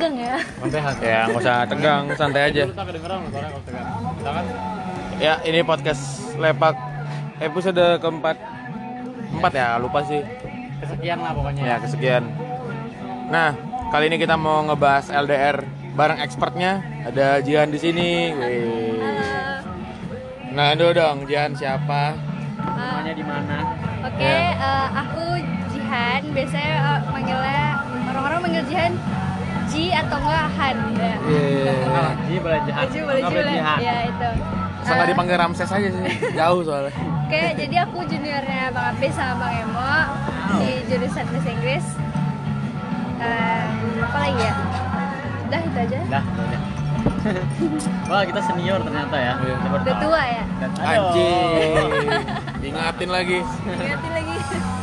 tegang ya. Ya nggak usah tegang, santai aja. Ya ini podcast Lepak episode keempat ya, lupa sih. Kesekian lah pokoknya. Ya kesekian. Nah kali ini kita mau ngebahas LDR bareng expertnya. Ada Jihan di sini. Wih. Nah dulu dong, Jihan siapa? Rumahnya di mana? Oke, aku Jihan. Biasanya orang-orang manggil Jihan Ji atau enggak Han ya. Oh, Ji boleh Jihan. Ji boleh Jihan. Ya itu. Nggak dipanggil Ramses aja sih, jauh soalnya. Oke, jadi aku juniornya Bang Abe sama Bang Emo di jurusan bahasa Inggris. Apa lagi ya? Udah itu aja. Udah. Wah kita senior ternyata ya. Udah tua ya. Anjing. Ingatin lagi. Ingatin lagi.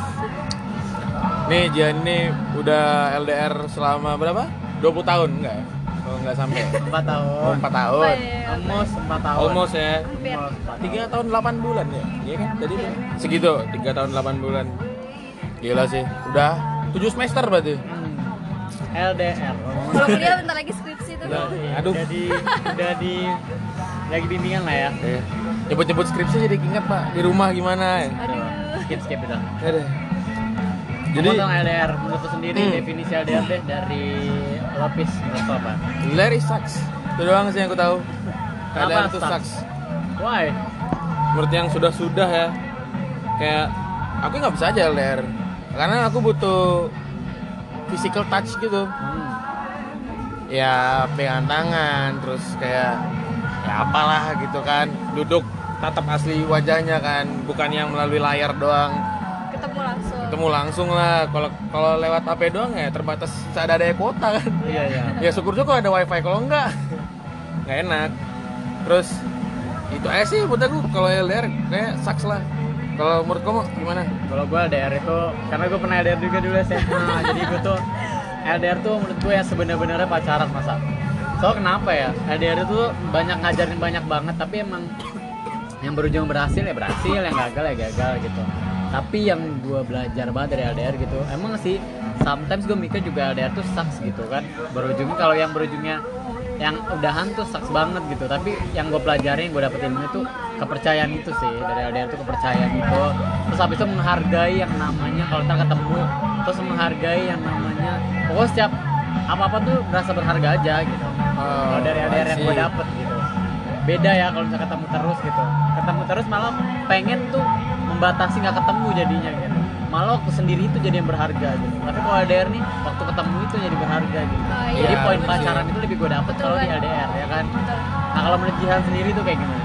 Nih Jihan ini udah LDR selama berapa? 20 tahun enggak ya? Kalau enggak sampai 4 tahun. Oh, 4 tahun. Almost 4 tahun. Almost ya. Hampir. 3 tahun 8 bulan ya? Iya kan? Tadi segitu, 3 tahun 8 bulan. Gila sih. Udah 7 semester berarti. LDR. Kalau kuliah bentar lagi skripsi tuh. Aduh. Udah di lagi bimbingan lah ya. Nyebut-nyebut skripsi jadi ingat Pak, di rumah gimana ya? Aduh. Skip udah. Aduh. Jadi Jadi tentang LDR menurut lu sendiri definisi LDR deh dari Lapis menurut lu apa? Larry sucks. Itu doang sih yang aku tahu. Kenapa LDR itu sucks? sucks. Why? Menurut yang sudah ya, kayak aku nggak bisa aja LDR karena aku butuh physical touch gitu. Ya pegangan tangan, terus kayak ya apalah gitu kan, duduk tatap asli wajahnya kan, bukan yang melalui layar doang. Ketemu langsung lah. Kalau lewat HP doang ya terbatas seadanya kuota kan. Iya. Ya syukur-syukur ada wifi, kalau enggak nggak enak. Terus itu aja sih buat aku kalau LDR kayak sucks lah. Kalau menurut kamu gimana? Kalau gue LDR itu karena gue pernah LDR juga dulu SMA. Jadi gue tuh LDR tuh menurut gue ya sebenarnya pacaran masa. So kenapa ya? LDR itu banyak ngajarin banyak banget, tapi emang yang berujung berhasil ya berhasil, yang gagal ya gagal gitu. Tapi yang gue belajar banget dari LDR gitu, emang sih sometimes gue mikir juga LDR tuh sucks gitu kan. Berujungnya kalau yang berujungnya yang udahan tuh sucks banget gitu. Tapi yang gue pelajarin, gue dapet ilmu itu kepercayaan itu sih. Dari LDR tuh kepercayaan itu. Terus habis itu menghargai yang namanya kalau kita ketemu, terus menghargai yang namanya pokoknya setiap apa-apa tuh berasa berharga aja gitu. Kalau dari LDR yang gue dapet gitu. Beda ya kalau misalnya ketemu terus gitu. Ketemu terus malah pengen tuh membatasi nggak ketemu jadinya gitu. Malah waktu sendiri itu jadi yang berharga gitu. Tapi kalau LDR nih waktu ketemu itu jadi berharga gitu. Iya, Jadi poin betul. pacaran itu lebih gue dapet kalau di LDR ya kan. Nah kalau menurut Jihan sendiri tuh kayak gimana?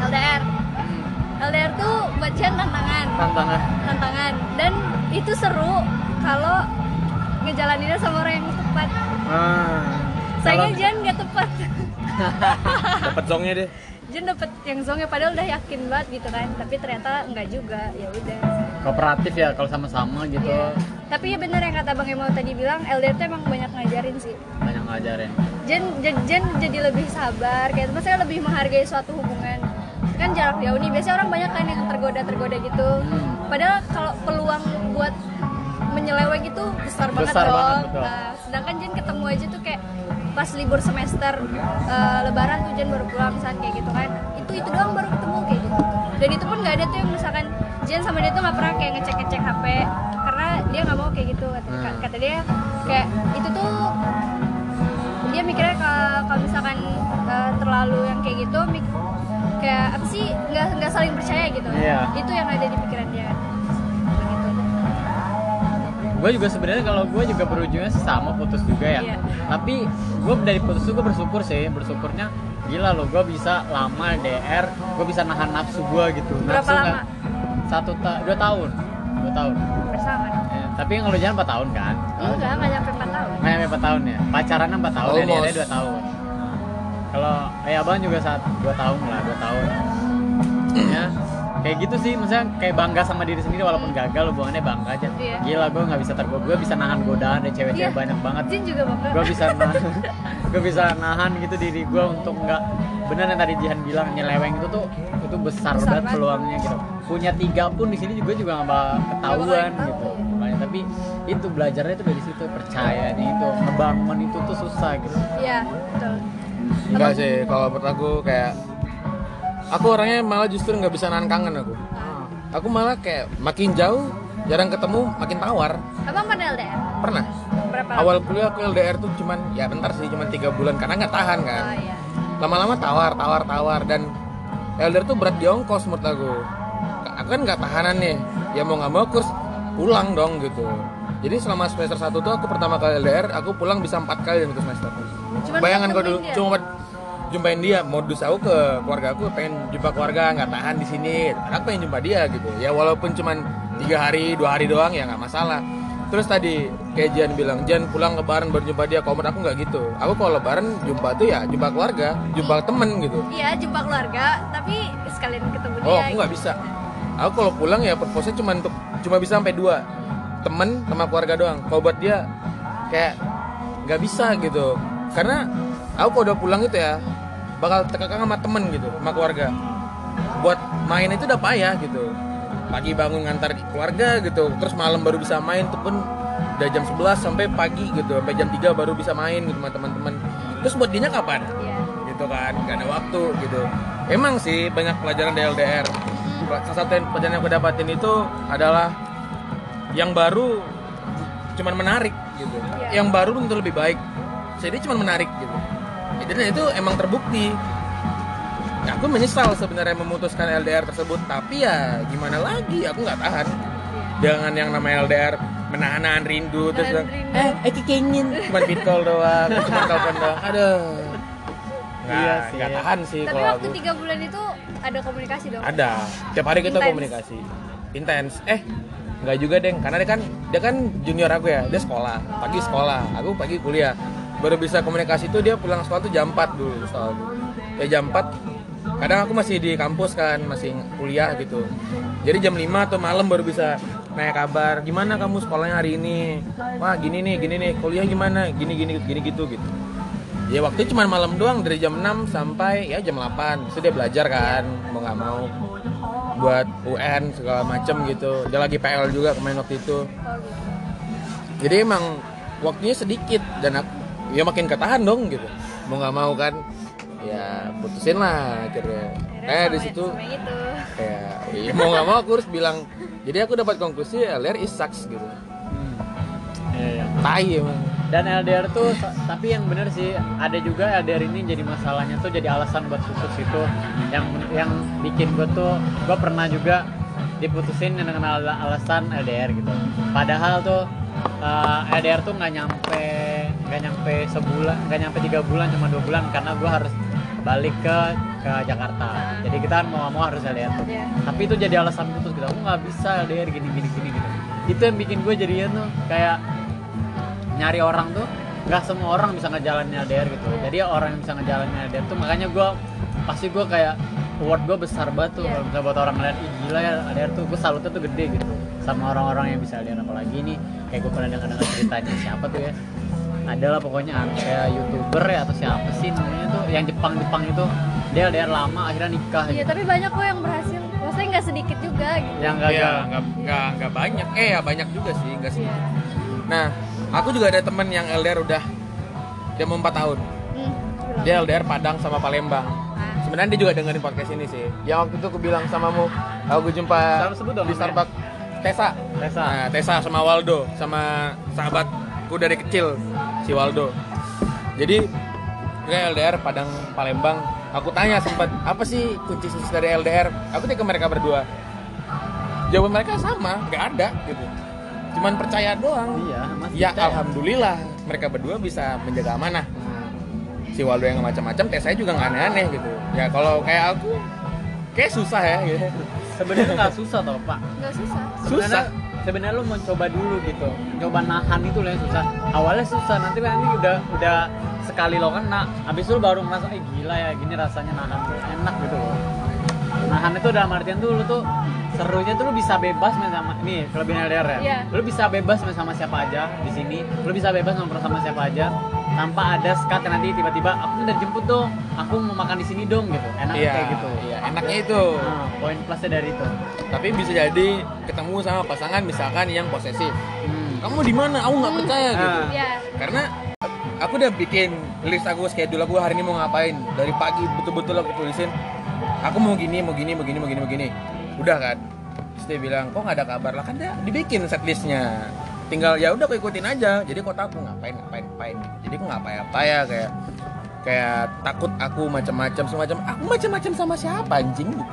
LDR tuh buat Jihan tantangan dan itu seru kalau ngejalaninnya sama orang yang tepat. Sayangnya Jihan nggak tepat. Dapat zongnya deh. Jihan dapet yang zongnya padahal udah yakin banget gitu kan, tapi ternyata nggak juga. Ya udah. Kooperatif ya kalau sama-sama gitu. Iya. Tapi ya bener yang kata Bang Emo tadi bilang, LDR tuh emang banyak ngajarin sih. Banyak ngajarin. Jen jadi lebih sabar, kayak maksudnya lebih menghargai suatu hubungan. Kan jarak jauh nih, biasanya orang banyak kan yang tergoda gitu. Padahal kalau peluang buat menyeleweng itu besar banget dong. Betul. Nah, sedangkan Jen ketemu aja tuh kayak pas libur semester lebaran tuh Jen baru pulang misalkan kayak gitu kan. Itu doang baru ketemu kayak gitu. Dan itu pun nggak ada tuh yang misalkan Jen sama dia tuh nggak pernah kayak ngecek HP karena dia nggak mau kayak gitu. Kata dia kayak itu tuh dia mikirnya kalau misalkan terlalu yang kayak gitu kayak apa sih nggak saling percaya gitu. Itu yang ada di pikiran dia. Begitu. Gue juga sebenarnya kalau gue juga berujungnya sih sama putus juga ya. Iya. Tapi gue dari putus itu gue bersyukurnya gila loh, gue bisa lama LDR, gue bisa nahan nafsu gue gitu. Berapa lama? 2 tahun. Bersama. Tapi yang lo jangan 4 tahun kan? Enggak nyampe 4 tahun. Nggak nyampe 4 tahun ya? Pacarannya 4 tahun, Almost. LDR 2 tahun. Kalau abang juga 2 tahun lah, 2 tahun. Ya, kayak gitu sih, misalnya kayak bangga sama diri sendiri walaupun gagal, hubungannya bangga aja. Iya. Gila, gue nggak bisa gue bisa nahan godaan dari cewek-cewek Iya. banyak banget. Jin juga bangga. Gue bisa nahan gitu diri gue untuk nggak, bener yang tadi Jihan bilang nyeleweng itu besar banget peluangnya gitu. Punya 3 pun di sini juga nggak bakal ketahuan Nggak bakal gitu. Makanya, tapi itu belajarnya itu dari situ, percayanya itu, ngebangun itu tuh susah gitu. Iya, betul. Enggak sih, kalau menurut aku kayak aku orangnya malah justru nggak bisa nahan kangen aku. Aku malah kayak makin jauh, jarang ketemu, makin tawar. Abang pernah LDR? Pernah. Berapa lama? Awal kuliah aku LDR tuh cuman ya bentar sih, cuman 3 bulan karena nggak tahan kan. Oh iya. Lama-lama tawar dan LDR tuh berat di ongkos menurut aku. Aku kan nggak tahanan nih, ya mau nggak mau aku harus pulang dong gitu. Jadi selama semester 1 tuh aku pertama kali LDR, aku pulang bisa 4 kali dalam 1 semester. Cuman Bayangan kau ketemuin dulu, dia? cuma buat jumpain dia. Modus aku ke keluarga aku, pengen jumpa keluarga, nggak tahan di sini. Aku pengen jumpa dia gitu. Ya walaupun cuman 3 hari, 2 hari doang ya nggak masalah. Terus tadi kayak Jan bilang, Jan pulang lebaran baru jumpa dia. Kalau menurut aku nggak gitu. Aku kalau lebaran jumpa tuh ya jumpa keluarga, jumpa temen gitu. Iya, jumpa keluarga, tapi sekalian ketemu dia. Oh, aku nggak bisa. Aku kalau pulang ya purpose-nya cuma bisa sampai 2. Temen sama keluarga doang. Kalau buat dia kayak nggak bisa gitu. Karena aku kalau udah pulang itu ya bakal terkekang sama temen gitu, sama keluarga. Buat main itu udah payah gitu. Pagi bangun ngantar keluarga gitu, terus malam baru bisa main tuh pun udah jam 11 sampai pagi gitu, sampai jam 3 baru bisa main gitu sama teman-teman. Terus buat dianya kapan? Iya. Gitu kan, gak ada waktu gitu. Emang sih banyak pelajaran di LDR. Salah satu pelajaran yang aku dapatin itu adalah yang baru cuman menarik gitu. Iya. Yang baru tentu lebih baik. Jadi cuman menarik gitu. Dan itu emang terbukti. Ya, aku menyesal sebenarnya memutuskan LDR tersebut, tapi ya gimana lagi, aku nggak tahan. Jangan yang namanya LDR menahan rindu terus bilang, Rindu. kengin cuma video call doang, cuma telepon doang. Aduh. Iya sih. Nggak tahan sih Tapi kalau waktu aku. 3 bulan itu ada komunikasi dong? Ada. Tiap hari kita Intens. komunikasi. Intens. Nggak juga, Deng. Karena dia kan junior aku ya. Dia sekolah. Pagi sekolah, aku pagi kuliah. Baru bisa komunikasi tuh dia pulang sekolah tuh jam 4 dulu setahu. Ya jam 4 kadang aku masih di kampus kan, masih kuliah gitu. Jadi jam 5 atau malam baru bisa nanya kabar, gimana kamu sekolahnya hari ini? Wah gini nih, kuliah gimana? Gini gitu. Ya waktu cuma malam doang, dari jam 6 sampai ya jam 8. Terus dia belajar kan, mau nggak mau buat UN segala macem gitu. Dia lagi PL juga kemarin waktu itu. Oh gitu. Jadi emang waktunya sedikit dan aku ya makin ketahan dong gitu. Mau nggak mau kan, ya putusin lah akhirnya. Di situ Sama itu. ya mau nggak mau aku harus bilang. Jadi aku dapat konklusi LDR is sucks gitu. Iya. Tai emang. Dan LDR tuh, tapi yang bener sih ada juga LDR ini jadi masalahnya tuh jadi alasan buat putus itu. Yang bikin gue pernah juga diputusin dengan alasan LDR gitu. Padahal tuh LDR tuh nggak nyampe sebulan, nggak nyampe 3 bulan, cuma 2 bulan karena gue harus balik ke Jakarta. Jadi kita kan mau harus LDR tuh. Yeah. Tapi itu jadi alasan putus gitu. Aku nggak bisa LDR gini gitu. Itu yang bikin gue jadinya tuh kayak nyari orang tuh nggak semua orang bisa ngejalanin LDR gitu. Jadi orang yang bisa ngejalanin LDR tuh makanya gue kayak award gue besar banget tuh kalau misalnya buat orang ngeliat, ih gila ya LDR tuh, gue salutnya tuh gede gitu sama orang-orang yang bisa LDR. Apalagi nih kayak gue pernah dengar ceritanya siapa tuh ya, adalah pokoknya kayak YouTuber ya atau siapa sih namanya tuh yang Jepang itu, dia LDR lama akhirnya nikah Iya, gitu. tapi banyak kok yang berhasil. Maksudnya nggak sedikit juga gitu. Yang Iya, gagal. nggak banyak. Ya banyak juga sih, nggak sih. Iya. Nah, aku juga ada teman yang LDR dia mau 4 tahun. Bilang. Dia LDR Padang sama Palembang. Ah. Sebenarnya dia juga dengerin podcast ini sih. Yang waktu itu aku bilang samamu, aku jumpa Sebut dong di namanya. Starbucks. Tessa. Nah, Tessa sama Waldo, sama sahabatku dari kecil, si Waldo. Jadi gue LDR Padang Palembang. Aku tanya sempat, apa sih kunci sukses dari LDR? Aku tanya ke mereka berdua. Jawaban mereka sama, nggak ada gitu. Cuman percaya doang. Iya, masih Ya percaya. alhamdulillah mereka berdua bisa menjaga amanah. Si Waldo yang macam-macam, Tessa juga nggak aneh-aneh gitu. Ya kalau kayak aku, kayak susah ya gitu. Sebenarnya nggak susah tau Pak. Nggak susah. Susah. Sebenarnya lu mau coba dulu gitu, coba nahan itu lah yang susah. Awalnya susah, nanti udah sekali lo kena, habis itu lu baru ngerasa gila ya gini rasanya nahan tuh enak gitu loh. Nahan itu dalam artian tuh lu tuh serunya tuh lu bisa bebas main sama nih kelebihan LDR ya. Iya. Lu bisa bebas main sama siapa aja di sini, lu bisa bebas ngobrol sama siapa aja tanpa ada sekat yang nanti tiba-tiba aku udah jemput dong, aku mau makan di sini dong gitu. Enak Iya, kayak gitu. iya, enaknya itu. Nah, poin plusnya dari itu. Tapi bisa jadi ketemu sama pasangan misalkan yang posesif. kamu di mana? Aku nggak percaya gitu. Iya. Karena aku udah bikin list aku, schedule aku hari ini mau ngapain. Dari pagi betul-betul aku tulisin. Aku mau gini. Udah kan. Terus dia bilang, kok nggak ada kabar lah, kan dia dibikin setlistnya. Tinggal ya udah aku ikutin aja. Jadi kota aku ngapain. Jadi aku nggak apa-apa ya, kayak takut aku macam-macam semacam. Aku macam-macam sama siapa anjing gitu.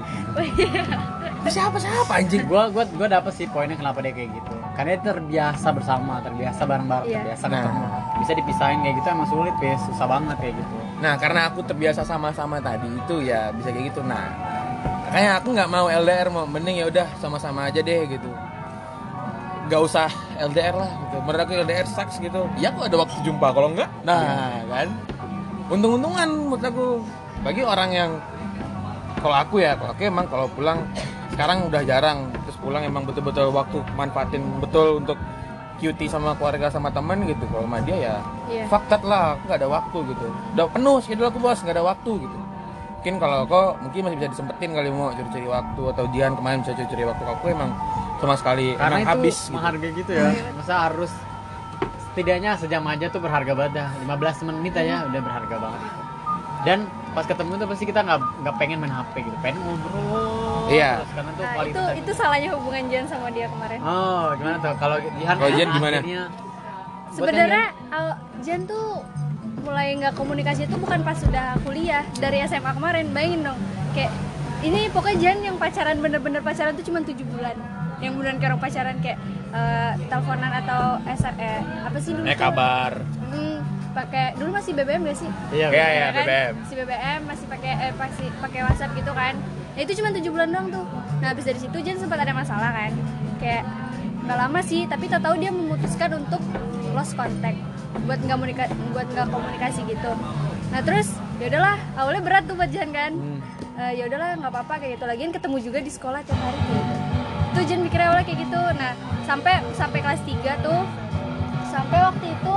Siapa anjing? Gua dapet sih poinnya kenapa dia kayak gitu. Karena dia terbiasa bersama, terbiasa bareng-bareng, terbiasa ketemu. Bisa dipisahin kayak gitu emang sulit, susah banget kayak gitu. Nah, karena aku terbiasa sama-sama tadi itu ya bisa kayak gitu. Nah, makanya aku nggak mau LDR, mau mending ya udah sama-sama aja deh gitu. Gak usah LDR lah gitu. Menurut aku LDR sucks gitu. Ya kok ada waktu jumpa, kalau enggak, nah kan. Untung-untungan menurut aku. Bagi orang yang kalau aku emang kalau pulang sekarang udah jarang, terus pulang emang betul-betul waktu manfaatin betul untuk cutie sama keluarga sama teman gitu. Kalau sama dia ya fuck that lah, aku gak ada waktu gitu, udah penuh schedule aku bos, gak ada waktu gitu. Mungkin kalau kok mungkin masih bisa disempetin kali mau curi-curi waktu, atau Jihan kemarin bisa curi-curi waktu. Aku emang sama sekali karena emang itu habis menghargai gitu ya. Masa harus setidaknya sejam aja tuh berharga banget dah, 15 menit aja udah berharga banget gitu. Dan pas ketemu tuh pasti kita nggak pengen main HP gitu, pengen ngobrol. Iya. Karena tuh Nah, itu salahnya hubungan Jihan sama dia kemarin. Oh, gimana tuh? Kalau Jihan gimana? Sebenarnya Jihan tuh mulai nggak komunikasi itu bukan pas sudah kuliah, dari SMA kemarin. Bayangin dong, kayak ini pokoknya Jihan yang pacaran bener-bener pacaran tuh cuma 7 bulan. Yang beneran kayak orang pacaran kayak teleponan atau apa sih dulu? Kabar. Pakai dulu masih BBM gak sih? Iya, kan? BBM. Si BBM masih pakai WhatsApp gitu kan. Nah, itu cuma 7 bulan doang tuh. Nah, habis dari situ Jen sempat ada masalah kan. Kayak nggak lama sih, tapi tahu dia memutuskan untuk lost contact buat nggak komunikasi gitu. Nah, terus ya udahlah, awalnya berat tuh buat Jen kan. Ya udahlah, nggak apa-apa kayak gitu. Lagian ketemu juga di sekolah tiap hari kayak gitu. Tuh Jen mikirnya awalnya kayak gitu. Nah, sampai kelas 3 tuh, sampai waktu itu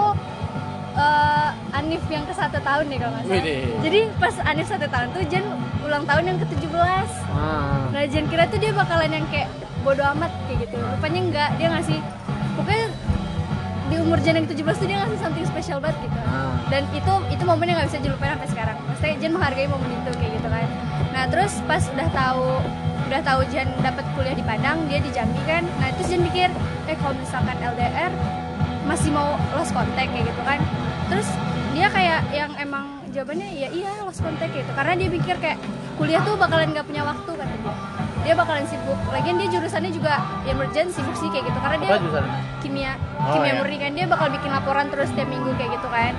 Anif yang ke 1 tahun deh kalau nggak salah. Jadi pas Anif 1 tahun tuh Jen ulang tahun yang ke-17. Nah, Jen kira tuh dia bakalan yang kayak bodo amat kayak gitu. Rupanya enggak, dia ngasih, pokoknya di umur Jen yang 17 tuh dia ngasih something special banget gitu. Dan itu momen yang nggak bisa dilupain sampai sekarang. Maksudnya Jen menghargai momen itu kayak gitu kan. Nah, terus pas udah tahu Jen dapat kuliah di Padang, dia di Jambi kan. Nah, itu Jen mikir, kalau misalkan LDR masih mau lost contact kayak gitu kan. Terus dia kayak yang emang jawabannya ya iya lost contact gitu, karena dia pikir kayak kuliah tuh bakalan nggak punya waktu kata dia bakalan sibuk. Lagian dia jurusannya juga ya emergen sibuk sih kayak gitu, karena dia kimia murni kan, dia bakal bikin laporan terus tiap minggu kayak gitu kan.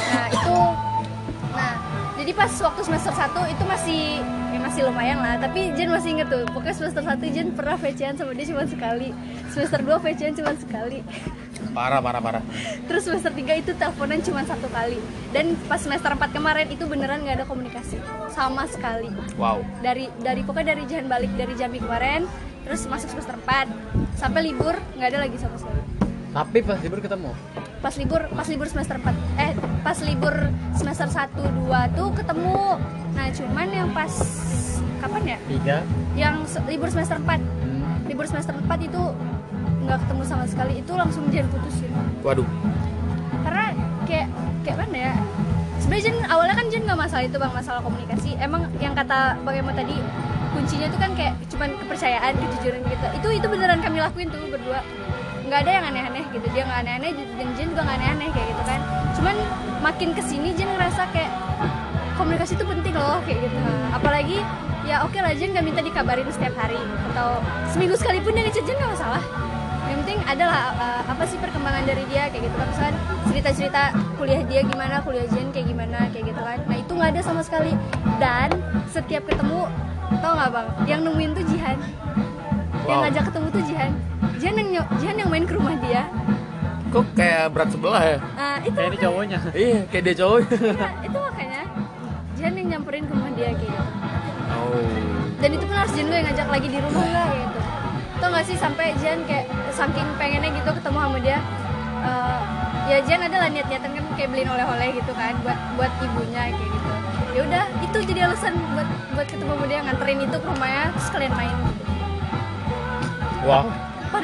Nah jadi pas waktu semester 1 itu masih lumayan lah, tapi Jen masih inget tuh, pokoknya semester 1 Jen pernah VC-an sama dia cuma sekali, semester 2 VC-an cuma sekali. Parah. Terus semester 3 itu teleponan cuma 1 kali. Dan pas semester 4 kemarin itu beneran gak ada komunikasi sama sekali. Wow. Pokoknya dari Jihan balik dari Jambi kemarin, terus masuk semester 4 sampai libur gak ada lagi sama sekali. Tapi pas libur ketemu? Pas libur semester 4 pas libur semester 1 2 tuh ketemu. Nah, cuman yang pas kapan ya? 3. Yang libur semester 4. Libur semester 4 itu nggak ketemu sama sekali, itu langsung Jen putusin. Waduh. Karena kayak mana ya? Sebenarnya Jen awalnya kan Jen nggak masalah itu bang, masalah komunikasi. Emang yang kata Bang Emo tadi, kuncinya tuh kan kayak cuman kepercayaan, kejujuran gitu. Itu beneran kami lakuin tuh berdua. Nggak ada yang aneh-aneh gitu. Dia nggak aneh-aneh, dan Jen juga nggak aneh-aneh kayak gitu kan. Cuman makin kesini Jen ngerasa kayak komunikasi itu penting loh kayak gitu. Apalagi ya oke lah Jen nggak minta dikabarin setiap hari atau seminggu sekalipun dia ngechat Jen nggak masalah. Yang penting adalah apa sih perkembangan dari dia kayak gitu kan, misalkan cerita-cerita kuliah dia gimana, kuliah Jen kayak gimana kayak gitu kan. Nah itu nggak ada sama sekali. Dan setiap ketemu, tau nggak bang, yang nemuin tuh Jihan. Yang ngajak ketemu tuh Jihan yang main ke rumah dia. Kok kayak berat sebelah ya? Itu kayak dia cowoknya. Iya, kayak dia cowoknya. Iya, itu makanya Jihan yang nyamperin ke rumah dia kayak gitu. Oh. Dan itu pun harus Jen yang ngajak lagi di rumah lah kayak gitu. Tau gak sih sampai Jen kayak saking pengennya gitu ketemu sama dia, ya Jen adalah niat-niatan kan kayak beliin oleh-oleh gitu kan buat ibunya kayak gitu. Ya udah itu jadi alasan buat ketemu sama dia, nganterin itu ke rumahnya terus kalian main. Wow. Padahal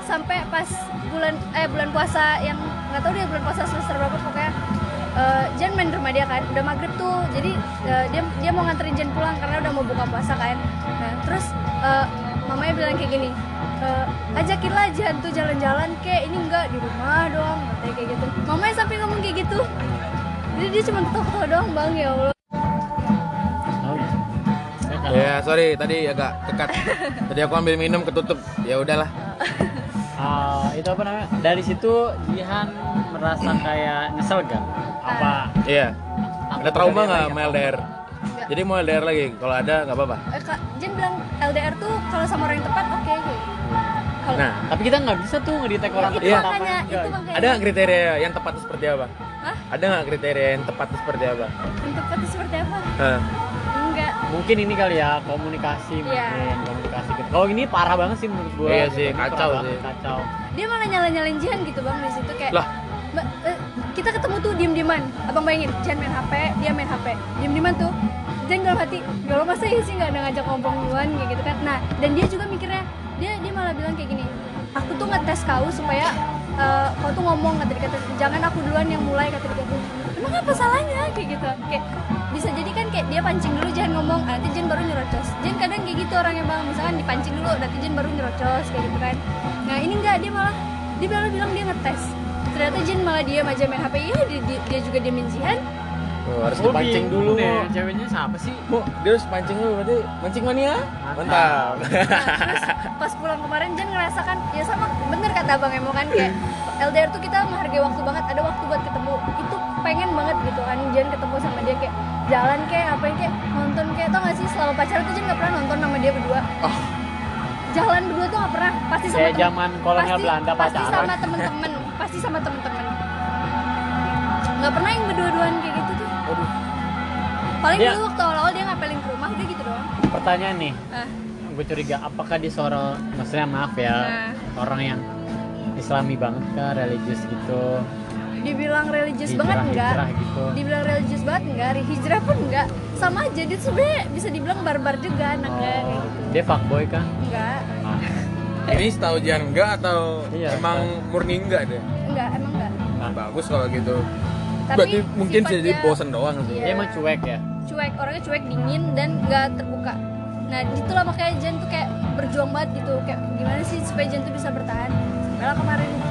sampai pas bulan puasa yang nggak tahu dia bulan puasa semester berapa pokoknya. Jen main di rumah dia kan, udah maghrib tuh, jadi dia mau nganterin Jen pulang karena udah mau buka puasa kan. Nah terus mamanya bilang kayak gini, ajakinlah Jen tuh jalan-jalan kek, ini enggak di rumah doang, katanya kayak gitu. Mamanya sampai ngomong kayak gitu, jadi dia cuma ketawa doang bang, ya Allah. Ya sorry tadi agak kekat. Tadi aku ambil minum ketutup. Ya udahlah. Itu apa namanya? Dari situ Jihan merasa kayak nyesel gak? Apa? Iya. Ada trauma nggak sama LDR? Nggak. Jadi mau LDR lagi? Kalau ada nggak apa-apa. Kak Jen bilang LDR tuh kalau sama orang yang tepat oke. Kalau Nah, Tapi kita nggak bisa tuh ngedetek orang itu Iya. makanya, enggak. itu makanya. ada nggak kriteria yang tepat seperti apa? Hah? Ada nggak kriteria yang tepat seperti apa? Yang tepat itu seperti apa? Hah. Enggak. Mungkin ini kali ya, komunikasi Iya. mungkin, komunikasi gitu. Kalau ini parah banget sih menurut gua. Iya sih, Ini kacau parah sih. banget, Kacau. Dia malah nyalain Jihan gitu bang di situ kayak. Lah. Kita ketemu tuh diem-dieman. Abang bayangin, Jihan main HP, dia main HP. Diem-dieman tuh. Jihan dalam hati, ya lo masa iya sih nggak ada ngajak ngobrol duluan kayak gitu kan. Nah, dan dia juga mikirnya, dia malah bilang kayak gini, aku tuh ngetes kau supaya kau tuh ngomong, kata jangan aku duluan yang mulai, kata dia. Emang apa salahnya kayak gitu? Kayak bisa jadi kan kayak dia pancing dulu Jihan ngomong, nanti Jihan baru nyerocos. Jihan kadang kayak gitu orangnya bang, misalkan dipancing dulu, nanti Jihan baru nyerocos kayak gitu kan. Nah ini enggak, dia malah bilang dia ngetes. Ternyata Jihan malah diam aja main HP. Iya dia juga diemin Jihan. Oh, harus Gua dipancing bingung dulu. deh, ceweknya siapa sih? Oh, dia harus pancing dulu berarti mancing mania. Mantap. Nah, terus pas pulang kemarin Jen ngerasa kan, ya sama bener kata Bang Emo kan kayak LDR tuh kita menghargai waktu banget, ada waktu buat ketemu. Itu pengen banget gitu kan Jen ketemu sama dia kayak jalan kayak ngapain kayak nonton kayak, tau gak sih selama pacaran tuh Jen gak pernah nonton sama dia berdua. Oh. Jalan berdua tuh gak pernah, pasti sama Kayak zaman kolonial Belanda pasti pacaran. sama temen-temen, pasti sama temen-temen. Gak pernah yang berdua-duaan kayak gitu tuh. Aduh. Paling Dia- dulu waktu awal-awal dia ngapelin ke rumah udah gitu doang. Pertanyaan nih, Ah. gue curiga apakah dia seorang, maksudnya maaf ya, orang yang islami banget kah, religius gitu? Dibilang religius Hijrah- banget enggak? hijrah gitu. Dibilang religius banget enggak? Hijrah pun enggak. Sama aja dia sebenarnya bisa dibilang barbar juga anaknya kayak Oh, gitu. dia fuckboy kah? Enggak. Ah, Ini setahu Jihan enggak atau Iya, emang murni enggak deh? Enggak, emang enggak. Bagus kalau gitu. Tapi Berarti mungkin sifatnya- jadi bosen doang sih. Iya. dia emang cuek ya. Cuek, orangnya cuek, dingin dan enggak terbuka. Nah, itulah makanya Jen tuh kayak berjuang banget gitu. Kayak gimana sih supaya Jen tuh bisa bertahan. Sampailah kemarin itu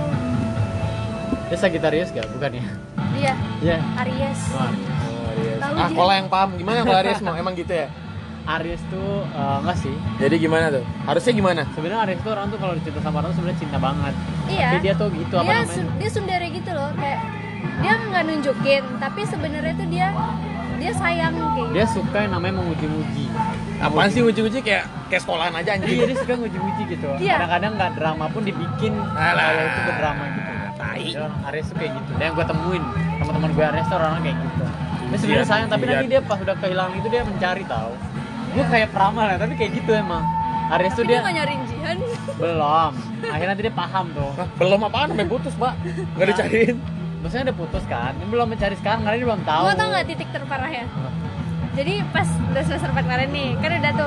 Dia Sagittarius gak? Bukan ya? dia Iya. Aries. Wah, Oh, Aries. Tahu Ah, Jihan. kalau yang paham gimana kalau Aries mau emang gitu ya? Aries tuh enggak sih. Jadi gimana tuh? Harusnya gimana? Sebenarnya Aries tuh orang tuh kalau dicinta sama orang tuh sebenarnya cinta banget. Iya. Tapi dia tuh gitu apa namanya? Dia sundere gitu loh, kayak dia nggak nunjukin, tapi sebenarnya tuh dia sayang kayak gitu. Dia suka yang namanya memuji-muji. Apaan sih uji-uji kayak sekolahan aja anjing? Iya, dia suka nguji-nguji gitu. Iya. Kadang-kadang nggak drama pun dibikin Alah. kayak itu ke drama gitu. Tai. Dia orang Aries tuh kayak gitu. Dan yang gue temuin teman-teman gue Aries tuh orang kayak gitu. Dia sebenarnya Iya, sayang, tapi iya. nanti dia pas udah kehilangan itu dia mencari tahu. Gue kayak peramal ya, tapi kayak gitu emang. Aries tuh Tapi dia dia nggak nyariin Jihan. belum. Akhirnya nanti dia paham tuh. Hah, belum apaan sampai putus, Pak. Enggak dicariin. Maksudnya udah putus kan, dia belum mencari sekarang karena dia belum tahu. Mau tau nggak titik terparahnya? Jadi pas udah semester 4 kemarin nih, kan udah tuh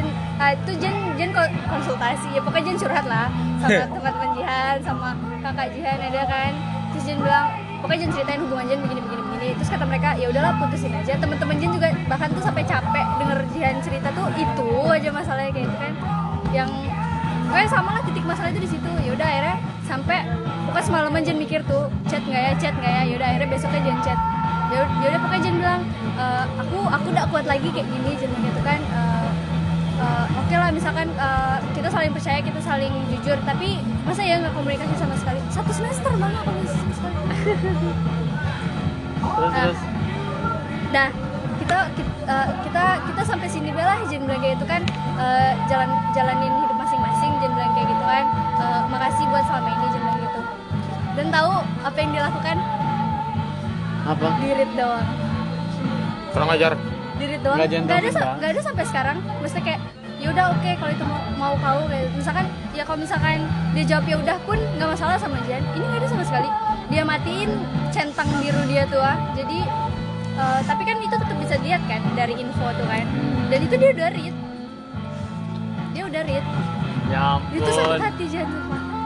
Jen konsultasi, ya pokoknya Jen curhat lah sama teman-teman Jihan, sama kakak Jihan ada kan. Terus Jen bilang, pokoknya Jen ceritain hubungan Jen begini. Terus kata mereka, ya udahlah putusin aja. Teman-teman Jen juga bahkan tuh sampai capek denger Jihan cerita tuh itu aja masalahnya kayak gitu kan. Yang pokoknya sama lah titik masalah itu di situ. Ya udah akhirnya sampai pokoknya semalaman Jen mikir tuh chat nggak ya. Ya udah akhirnya besoknya Jen chat. Ya udah pokoknya Jen bilang aku udah kuat lagi kayak gini Jen gitu kan. Oke lah misalkan kita saling percaya, kita saling jujur, tapi masa ya nggak komunikasi sama sekali 1 semester banget komunikasi sama sekali. Terus Nah kita sampai sini bela Jen bilang kayak gitu kan, jalanin hidup masing-masing Jen bilang kayak gitu kan. Makasih buat selama ini Jen bilang gitu. Dan tahu apa yang dilakukan? apa? Dirit doang. Kurang ajar. Dirit doang. Nggak gentleman, Bang. Nggak ada sampai sekarang. Maksudnya kayak ya udah oke kalau itu mau kau kayak misalkan ya kalau misalkan dia jawab ya udah pun nggak masalah sama Jen. Ini nggak ada sama sekali. Dia matiin centang biru dia tuh jadi tapi kan itu tetap bisa dilihat kan dari info tuh kan. Dan itu dia udah read. Ya Itu sakit ampun. hati Jen tuh.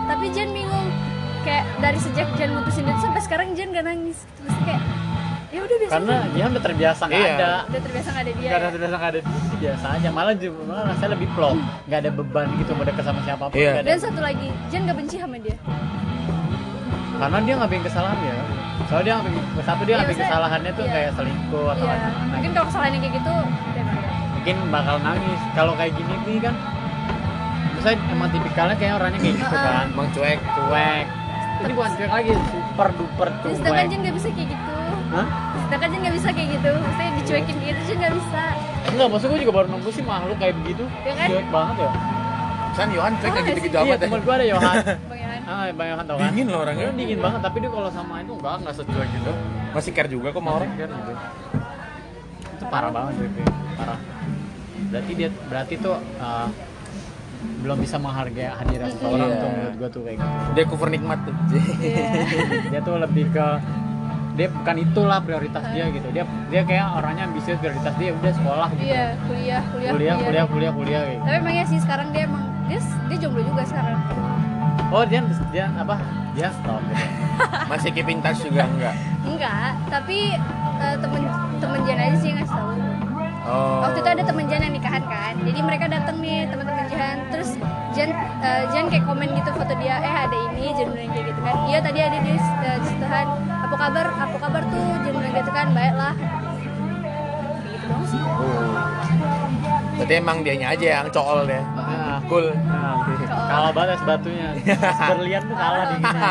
tapi Jen bingung kayak dari sejak Jen mutusin dia sampai sekarang Jen gak nangis, terus kayak ya udah biasa Karena dia udah terbiasa nggak Iya. ada. udah terbiasa gak ada dia. Nggak ada terbiasa nggak ada dia, biasa aja. Malah rasanya lebih plong, nggak ada beban gitu mau deket sama siapapun. Iya. Nggak ada. Dan satu lagi, Jen gak benci sama dia. Karena dia nggak bikin kesalahan ya. Soalnya dia nggak bikin dia nggak bikin maksudnya, kesalahannya tuh iya. kayak selingkuh atau Iya. apa. Mungkin kalau kesalahannya kayak gitu, dia nggak ada. Mungkin bakal nangis. Kalau kayak gini nih kan, misalnya emang tipikalnya kayak orangnya kayak gitu kan, Emang cuek. cuek. Ini bukan cuek lagi, super duper Jadi sedangkan cuek. Jen gak bisa kayak gitu. Hah? Sedangkan Jen gak bisa kayak gitu. Maksudnya dicuekin kayak gitu, Jen gak bisa. Enggak, maksud gue juga baru nemu sih makhluk kayak begitu. Ya kan? Cuek banget ya. San Yohan cuek kayak gitu-gitu Iya, amat ya. temen gue ada Yohan. Bang Yohan. Bang Yohan tau kan? Dingin loh orangnya. Dia dingin banget, tapi dia kalau sama itu enggak secuek gitu. Masih care juga kok sama orang. Gitu. Itu parah banget itu, parah. Berarti tuh belum bisa menghargai hadirat seseorang Iya. tuh menurut gue tuh kayak gitu. Dia cover nikmat tuh. Iya. Dia tuh lebih ke dia bukan itulah prioritas dia gitu. Dia kayak orangnya ambisius, prioritas dia udah sekolah gitu. Iya, kuliah. Kuliah gitu. Tapi emangnya sih sekarang dia emang dia jomblo juga sekarang. Oh, dia apa? Dia stop gitu. Masih keeping touch juga enggak? Enggak, tapi temen Jen aja sih yang ngasih tahu. Oh. Waktu itu ada temen Jen yang nikahan kan, jadi mereka datang nih teman-teman Jen, terus Jen kayak komen gitu foto dia, ada ini Jen bilang kayak gitu kan, iya tadi ada di Tuhan, apa kabar tuh Jen bilang gitu kan, baik lah, kayak gitu doang sih. Berarti emang dianya aja yang cokol deh. Nah, Cool. kalah banget es batunya. Berlian tuh kalah dinginnya.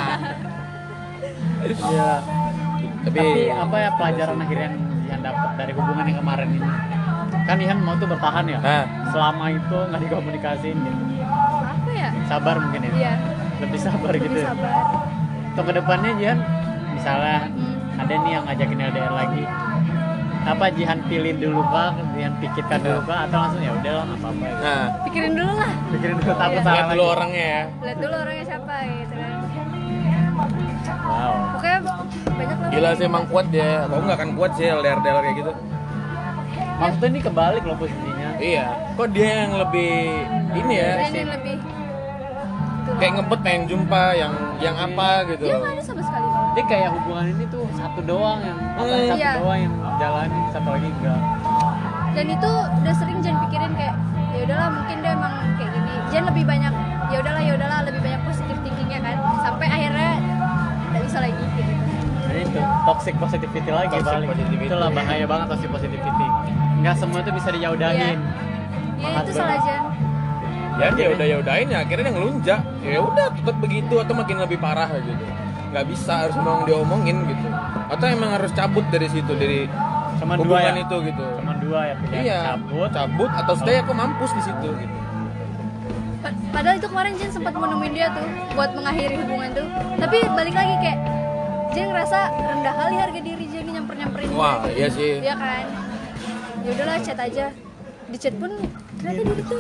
Iya. Tapi apa ya pelajaran akhirnya yang dapat dari hubungan yang kemarin ini? Kan Ihan mau tuh bertahan ya. Nah. Selama itu nggak dikomunikasiin gitu. Apa ya? Sabar mungkin ya. Iya, Lebih sabar gitu. lebih ya. sabar. Untuk kedepannya Jihan, misalnya ada nih yang ngajakin LDR lagi, apa Jihan pilih dulu kah, Jihan pikirkan dulu kah, atau langsung ya udahlah nggak apa-apa gitu. Nah, Pikirin dulu lah, Pikirin dulu takut Iya. salah lihat dulu lagi. orangnya ya. lihat dulu orangnya siapa gitu kan. Wow. Pokoknya banyak lah. Gila sih emang kuat dia. Kok nggak akan kuat sih LDR kayak gitu. Maksudnya ini kebalik loh posisinya. Iya. Kok dia yang lebih ini ya? Dia yang lebih Kayak ngebet pengen jumpa yang apa gitu. dia nggak ada sama sekali. Dia kayak hubungan ini tuh satu doang yang satu Iya. doang yang jalanin, satu lagi enggak. Dan itu udah sering Jen pikirin kayak ya udahlah mungkin dia emang kayak gini. Jen lebih banyak ya udahlah lebih banyak positif thinkingnya kan, sampai akhirnya nggak bisa lagi gitu. Jadi itu toxic positivity lagi Toxic balik. positivity. Itulah bahaya banget toxic positivity. Enggak semua itu bisa diyaudahin. Ya Mahat itu banget. salah Jen. Ya udahin ya akhirnya dia ngelunjak. Ya udah tetap begitu atau makin lebih parah gitu. Nggak bisa harus memang diomongin gitu. Atau emang harus cabut dari situ dari Cuman dua hubungan ya. itu gitu. Cuman dua ya pilihan. Iya, cabut atau stay aku mampus di situ gitu. Padahal itu kemarin Jen sempat mau nemuin dia tuh buat mengakhiri hubungan tuh. Tapi balik lagi kayak Jen ngerasa rendah kali harga diri Jen nyamperin Wah, dia. iya sih. Iya kan. Ya udahlah chat aja. Di chat pun ternyata dia gitu.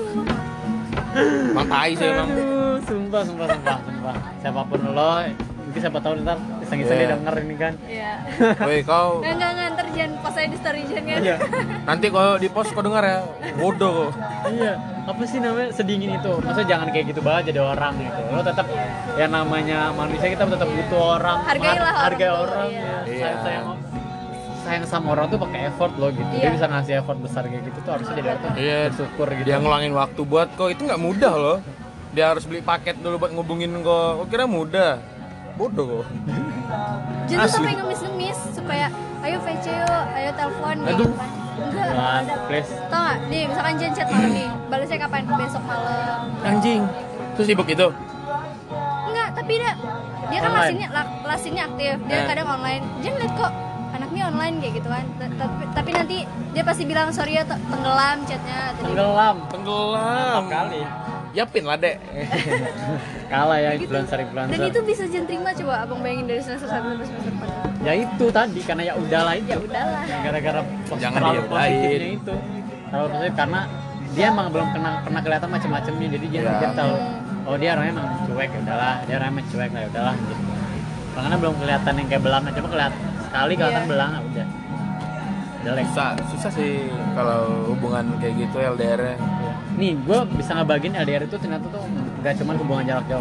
Makai sih emang. Aduh, sumpah. Siapapun lo, mungkin siapa tahu ntar iseng-iseng Iya. dia denger ini kan. Iya. Woi kau Enggak ntar Jen post aja di story Jen kan. Iya. nanti kalau di post kau dengar ya bodoh kau. Iya, apa sih namanya sedingin itu? Maksudnya jangan kayak gitu banget jadi orang gitu. Lo tetap ya namanya manusia kita tetap butuh orang. Hargailah hargai orang tuh, orang. iya. Ya. Sayang sama orang tuh pakai effort lo gitu. Dia Iya. bisa ngasih effort besar kayak gitu tuh harusnya jadi orang Iya. bersyukur gitu. Dia ngeluangin waktu buat kau itu nggak mudah loh. Dia harus beli paket dulu buat ngubungin kau. Kau kira mudah? Bodoh kau. Jen tuh Asli. sampai ngemis-ngemis supaya ayo VC yuk, ayo telepon kayak Aduh. gitu kan. Enggak, Jangan, ada. please. Tau gak? Nih, misalkan Jen chat malam nih, balasnya kapan? Besok malam. Anjing. Terus sibuk itu. Enggak, tapi dia kan Online. lasinnya aktif, dia Eh. kadang online. Jen liat kok anaknya online kayak gitu kan. Tapi nanti dia pasti bilang sorry ya tenggelam chatnya. Tadi. Tenggelam. Tenggelam. Kali. Yapin lah dek. Kalah ya Gitu. influencer. Dan itu bisa Jen terima coba abang bayangin dari semester 1 sampai semester 4. Ya itu tadi karena ya udahlah itu. Ya udahlah. Gara-gara Jangan terlalu diudahin. positifnya itu. Terlalu positif karena dia emang belum pernah kelihatan macam-macamnya jadi dia Ya. pikir tahu oh dia orangnya emang cuek ya udahlah, dia orangnya emang cuek lah ya udahlah gitu. Karena belum kelihatan yang kayak belang, coba kelihatan sekali kelihatan Iya. belang udah. Jelek. Susah sih kalau hubungan kayak gitu LDR-nya. Nih, gue bisa ngebagiin LDR itu ternyata tuh nggak cuma hubungan jarak jauh loh.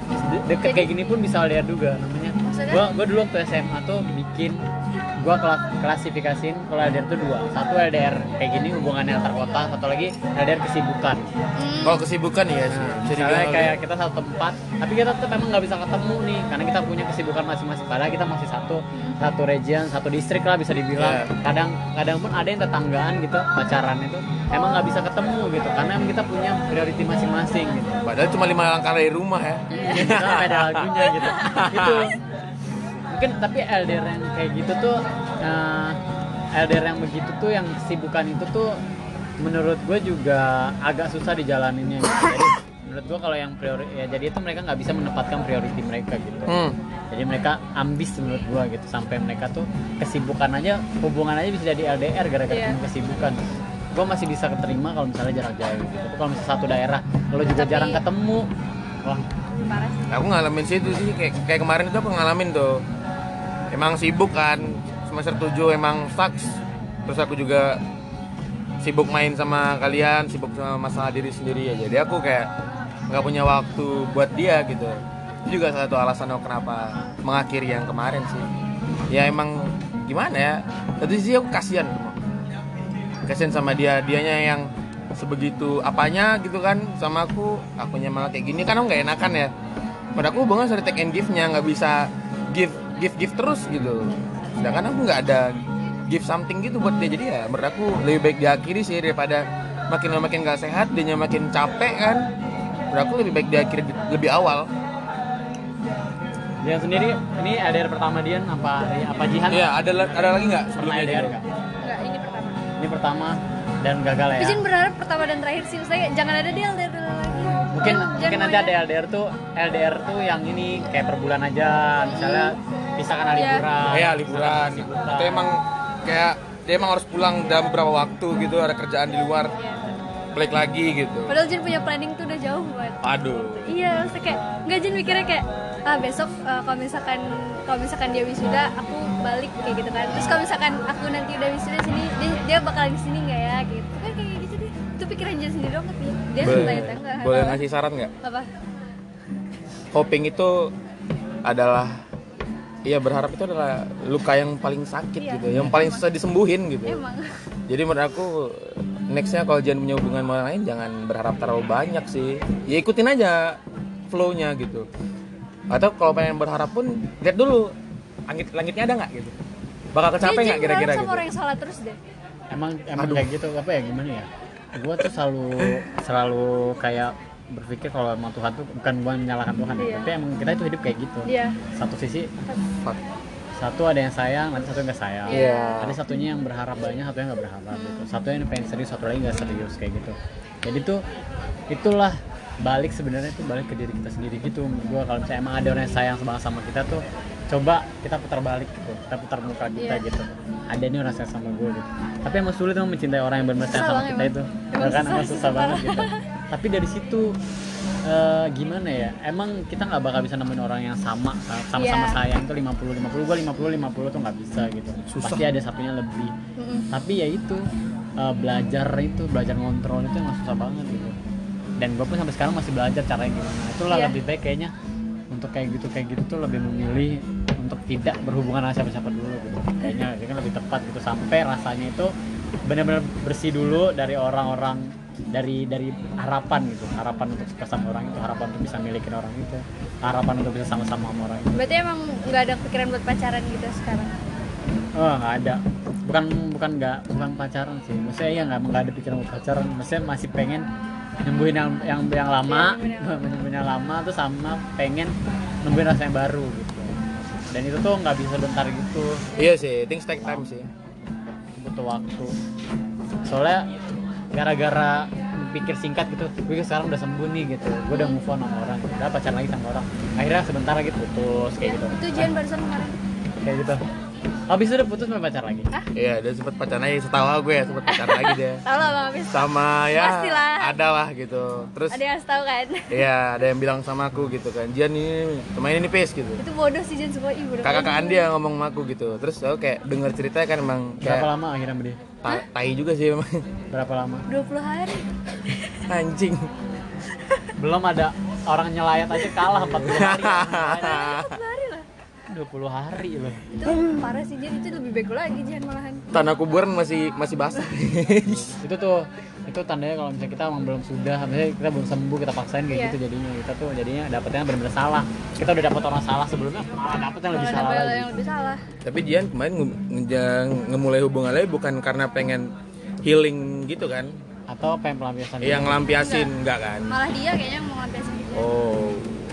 deket kayak gini pun bisa LDR juga namanya. Maksudnya? Gua dulu waktu SMA tuh bikin, gua klasifikasiin kalau LDR tuh dua. Satu LDR kayak gini hubungannya antar kota, satu lagi LDR kesibukan. Kalau kesibukan ya sih. Bisa Misalnya dibilang kayak kita satu tempat, tapi kita tuh memang nggak bisa ketemu nih, karena kita punya kesibukan masing-masing. Padahal kita masih satu region, satu distrik lah bisa dibilang. Kadang pun ada yang tetanggaan gitu, pacaran itu emang nggak bisa ketemu gitu, karena emang kita punya priority masing-masing gitu. Padahal cuma 5 langkah dari rumah ya. Kita ada lagunya gitu. Itu mungkin, tapi LDR yang kayak gitu tuh, LDR yang begitu tuh, yang kesibukan itu tuh menurut gue juga agak susah dijalaninnya gitu. Jadi menurut gue kalau yang jadi itu mereka nggak bisa menempatkan priority mereka gitu. Jadi mereka ambis menurut gue gitu, sampai mereka tuh kesibukan aja, hubungan aja bisa jadi LDR gara-gara kesibukan. Gue masih bisa keterima kalau misalnya jarak jauh gitu. Tapi kalau misalnya satu daerah lo juga jarang ketemu, wah Parah sih. Aku ngalamin sih itu sih, kayak kemarin itu aku ngalamin tuh. Emang sibuk kan, semester 7 emang sucks. Terus aku juga sibuk main sama kalian, sibuk sama masalah diri sendiri ya. Jadi aku kayak nggak punya waktu buat dia gitu. Itu juga salah satu alasan aku kenapa mengakhiri yang kemarin sih. Ya emang gimana ya, tadi sih aku kasihan sama dianya yang sebegitu apanya gitu kan sama akunya malah kayak gini, kan aku nggak enakan ya. Pada aku hubungan dari take and give-nya, nggak bisa give terus gitu. Sedangkan aku nggak ada give something gitu buat dia. Jadi ya menurut aku lebih baik diakhiri sih, daripada makin nggak sehat, dianya makin capek kan. Menurut aku lebih baik diakhiri lebih awal. Dia sendiri ini LDR pertama dia apa Jihan? Iya, ada lagi nggak Pernah sebelumnya LDR gitu? nggak? Enggak, ini pertama. Ini pertama dan gagal ya. Izin berharap pertama dan terakhir sih, saya jangan ada dia LDR lagi. Mungkin Jangan nanti ada LDR tuh yang ini kayak per bulan aja, misalnya misalkan liburan. Iya, liburan. Itu emang kayak dia emang harus pulang dalam beberapa waktu gitu, ada kerjaan di luar. Balik lagi gitu. Padahal Jin punya planning tuh udah jauh banget. Aduh. Iya, maksudnya kayak nggak, Jin mikirnya kayak besok kalau misalkan dia wisuda aku balik kayak gitu kan. Terus kalau misalkan aku nanti udah wisuda sini, dia bakalan di sini nggak ya gitu. Kan kayak gitu deh. Itu pikiran Jin sendiri dong tapi dia tanya-tanya. Boleh ngasih saran nggak? Apa? Coping itu adalah, iya, berharap itu adalah luka yang paling sakit gitu, yang paling susah disembuhin gitu. Emang. Jadi menurut aku nextnya kalau jangan punya hubungan sama orang lain, jangan berharap terlalu banyak sih. Ya ikutin aja flow-nya gitu. Atau kalau pengen berharap pun lihat dulu langitnya ada nggak gitu. Bakal kecapai nggak kira-kira sama gitu. orang yang salah terus deh. Emang kayak gitu, apa ya, gimana ya? Gue tuh selalu kayak berpikir kalau emang Tuhan tuh bukan menyalahkan Tuhan, tapi emang kita itu hidup kayak gitu. Satu sisi satu ada yang sayang, nanti satu yang nggak sayang. Ada satunya yang berharap banyak, satu yang nggak berharap gitu. Satu yang pengen serius, satu lagi nggak serius kayak gitu. Jadi tuh itulah balik sebenarnya tuh balik ke diri kita sendiri gitu. Gue kalau misalnya emang ada orang yang sayang banget sama kita tuh, coba kita putar balik gitu, kita putar muka kita gitu. Ada nih orang sayang sama gue gitu. Tapi emang sulit emang mencintai orang yang benar-benar sayang sama kita itu. Emang susah banget gitu. Tapi dari situ gimana ya, emang kita nggak bakal bisa nemuin orang yang sama-sama sayang itu 50-50, gue 50-50 tuh nggak bisa gitu. Susah. Pasti ada satunya lebih. Tapi ya itu belajar ngontrol itu emang susah banget gitu. Dan gue pun sampai sekarang masih belajar caranya gimana. Itulah lebih baik kayaknya untuk kayak gitu tuh lebih memilih untuk tidak berhubungan sama siapa-siapa dulu gitu. Kayaknya itu kan lebih tepat gitu, sampai rasanya itu benar-benar bersih dulu dari orang-orang, dari harapan gitu, harapan untuk suka sama orang itu, harapan untuk bisa milikin orang itu, harapan untuk bisa sama-sama sama orang itu. Berarti emang nggak ada pikiran buat pacaran gitu sekarang? Oh, nggak ada. Bukan pacaran sih. Maksudnya ya nggak ada pikiran buat pacaran. Maksudnya masih pengen nyembuhin yang lama, nyembuhin yang lama tuh, sama pengen nyembuhin rasa yang baru gitu. Dan itu tuh nggak bisa bentar gitu. Iya sih, things take time sih. Butuh waktu. Soalnya gara-gara pikir singkat gitu, gue sekarang udah sembuh nih gitu, gue udah move on sama orang, udah pacaran lagi sama orang, akhirnya sebentar lagi putus kayak gitu. Itu Jian barusan kemarin kayak gitu. Habis udah putus sama pacar lagi. Iya, dia sempet pacaran lagi, setahu gue ya, sempet pacaran lagi dia. tahu lah Bang Hafiz, Sama ya, pastilah ada lah gitu. Terus ada yang harus tahu kan. iya, ada yang bilang sama aku gitu kan, Jian ini main ini Pes gitu. Itu bodoh sih Jian, semua ibu. Kakak-kakan dia ngomong sama aku gitu. Terus aku kayak denger ceritanya kan emang kayak Berapa lama akhirnya sama dia? tai juga sih emang. Berapa lama? 20 hari. Anjing. Belum ada orang nyelayat aja kalah 40 hari. 40 hari lah. 20 hari loh. Itu parah sih Jen, itu lebih bego lagi Jen malahan. Tanah kuburan masih basah. Itu tandanya kalau misalnya kita emang belum sudah, misalnya kita belum sembuh, kita paksain kayak Iya. gitu jadinya kita tuh jadinya dapetnya benar-benar salah. Kita udah dapet orang salah sebelumnya, malah dapet yang lebih Malah salah dapet lagi. yang lebih salah. Tapi Jian kemarin ngemulai hubungan lagi bukan karena pengen healing gitu kan? Atau pengen pelampiasan. Yang ngelampiasin enggak kan? Malah dia kayaknya mau ngelampiasin dia. Oh.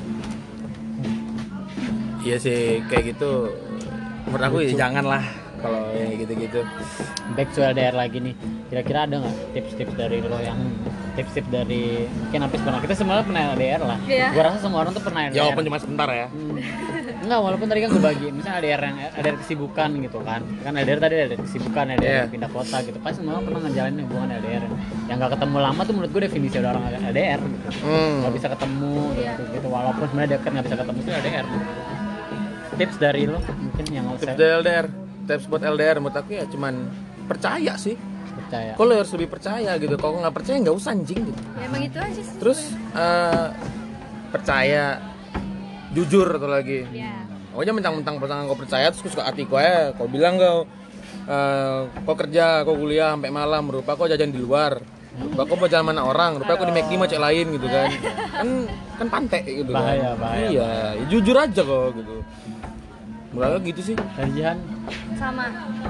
Iya sih kayak gitu. Menurut aku ya janganlah kalau yang gitu-gitu. Back to LDR lagi nih. Kira-kira ada nggak tips-tips dari lo yang tips-tips dari mungkin Apis pernah, kita semuanya pernah LDR lah. Iya. Gua rasa semua orang tuh pernah LDR. Ya walaupun cuma sebentar ya. Enggak, walaupun tadi kan gue bagi, misalnya ada kesibukan gitu kan. Kan LDR tadi ada kesibukan, ada Iya. pindah kota gitu. Pasti semua orang pernah ngejalanin hubungan LDR. Yang nggak ketemu lama tuh menurut gue definisi ada orang LDR gitu. Nggak bisa ketemu Iya. gitu. Walaupun sebenarnya deket nggak bisa ketemu itu LDR. Tips dari lo mungkin yang lo Tips dari LDR, tips buat LDR menurut aku ya cuman percaya sih. percaya. Kok lo harus lebih percaya gitu. Kalau nggak percaya nggak usah anjing gitu. Ya emang gitu aja sih. Terus percaya, jujur atau lagi. Ya. Pokoknya mentang-mentang pasangan kau percaya terus kau suka hati kau ya, kau bilang kau kerja, kau kuliah sampai malam, rupa kau jajan di luar, rupa kau mau jalan mana orang, rupa kau di McD sama cek lain gitu kan, kan pantek gitu Bahaya, kan. bahaya. Iya, ya jujur aja kok gitu. Mulai gitu sih. Dari Jihan Sama.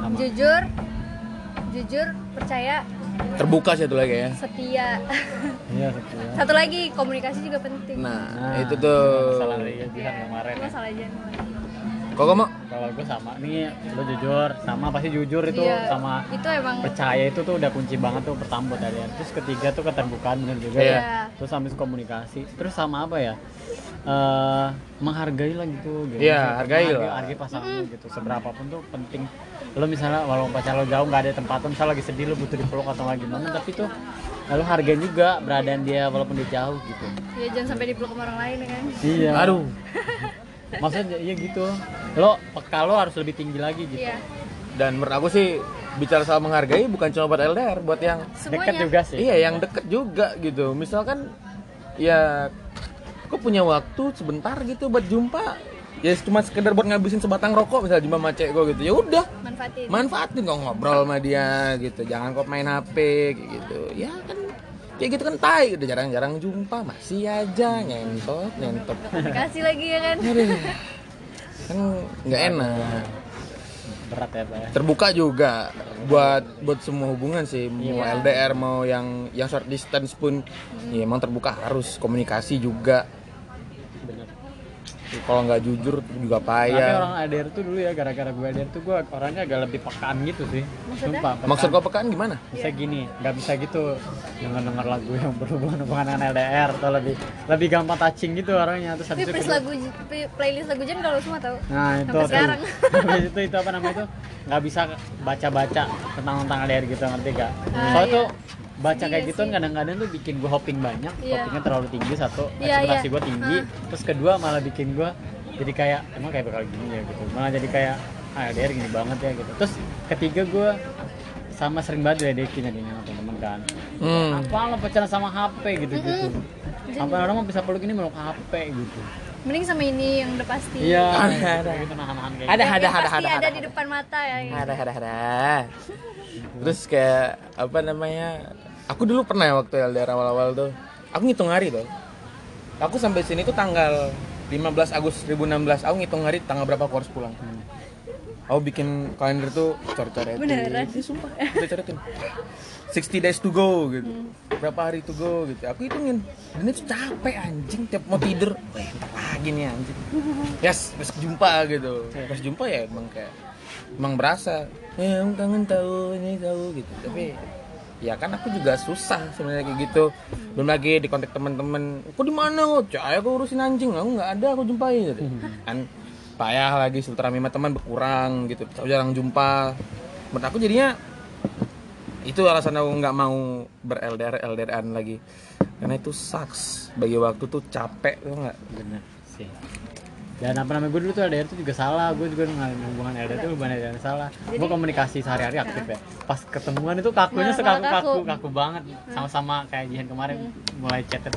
Jujur, percaya, Terbuka sih itu lagi ya. setia. iya setia. Satu lagi komunikasi juga penting. Nah, itu tuh. Masalah dari Jihan kemarin. Itu masalah aja. Kok kamu? Kalau gue sama nih, lo jujur, sama pasti jujur itu Iya, sama itu emang percaya itu tuh udah kunci banget tuh pertama buat LDR. Terus ketiga tuh keterbukaan bener juga Iya. ya. Terus habis komunikasi. Terus sama apa ya? Menghargai lah gitu. Iya, hargai lah. Hargai pasangan lo gitu. Seberapapun tuh penting. Lo misalnya walaupun pacar lo jauh nggak ada tempat, misalnya lagi sedih lo butuh dipeluk atau lagi gimana, tapi tuh lalu hargain juga beradaan dia walaupun dia jauh gitu. ya jangan sampai dipeluk sama orang lain ya kan. Iya. Aduh. Maksudnya iya gitu. Lo peka lo harus lebih tinggi lagi gitu. Iya. Dan menurut aku sih bicara soal menghargai bukan cuma buat LDR, buat yang Dekat Semuanya. juga sih. iya yang deket juga gitu. Misalkan ya aku punya waktu sebentar gitu buat jumpa, ya cuma sekedar buat ngabisin sebatang rokok misalnya jumpa sama cewek gue gitu, ya udah manfaatin kok ngobrol sama dia gitu, jangan kok main HP kayak gitu ya kan, kayak gitu kan tai, udah jarang-jarang jumpa masih aja nyentot Dikasih lagi ya kan. aduh kan nggak enak. Berat ya Pak ya. Terbuka juga buat semua hubungan sih, mau Iya. LDR mau yang short distance pun ya emang terbuka, harus komunikasi juga. Bener. Kalau nggak jujur juga Tapi payah. orang LDR tuh dulu ya, gara-gara gue LDR tuh gue orangnya agak lebih pekaan gitu sih. Maksudnya? Sumpah, pekaan. Maksud kau pekaan gimana? Bisa gini, nggak bisa gitu denger lagu yang berhubungan dengan LDR atau lebih gampang touching gitu orangnya. Terus Tapi habis itu playlist lagu Jen kalau semua tahu. nah itu Sampai sekarang. Habis itu apa namanya itu nggak bisa baca tentang LDR gitu, ngerti gak? Soalnya iya. tuh baca kayak Iya gitu sih. kadang-kadang tuh bikin gue hopping banyak, Iya. hoppingnya terlalu tinggi satu, Iya, ekspektasi iya. gue tinggi, terus kedua malah bikin gue jadi kayak emang kayak bakal gini ya gitu, malah jadi kayak LDR gini banget ya gitu. Terus ketiga gue sama sering banget diledekin jadinya sama temen kan, apa lo pacaran sama HP gitu. Sampai orang mau bisa peluk ini meluk HP gitu. Mending sama ini yang udah pasti. Iya. Ada. Kayak gitu nahan-nahan kayak Ada. Yang pasti ada di depan mata ya. Ada. Terus kayak apa namanya? Aku dulu pernah ya waktu LDR awal-awal tuh, aku ngitung hari tuh. Aku sampai sini tuh tanggal 15 Agustus 2016. Aku ngitung hari tanggal berapa aku harus pulang. Aku bikin kalender tuh coret-coretin. Beneran? Iya, sumpah. Udah coretin. 60 days to go gitu. Berapa hari to go gitu. Aku hitungin. Dan itu capek anjing, tiap mau tidur. Wah, entar lagi nih anjing. Yes, pas jumpa gitu. Pas jumpa ya emang berasa. Emang kangen tahu gitu. Tapi ya kan aku juga susah sebenarnya kayak gitu. Belum lagi di kontak teman-teman. Aku di mana kok? Caya aku urusin anjing. Aku enggak ada, aku jumpain gitu. Kan payah lagi, silaturahmi sama teman berkurang gitu. Jarang jumpa. Menurut aku jadinya itu alasan aku nggak mau LDRan lagi, karena itu sucks, bagi waktu tuh capek tuh nggak. bener sih. Dan apa namanya, gue dulu tuh LDR tuh juga salah. Gue juga ngalamin hubungan LDR tuh hubungan LDR yang salah. Gue komunikasi sehari-hari aktif ya. Pas ketemuan itu kakunya Malah kaku. kaku banget. Sama-sama kayak Jihan kemarin mulai chatnya tuh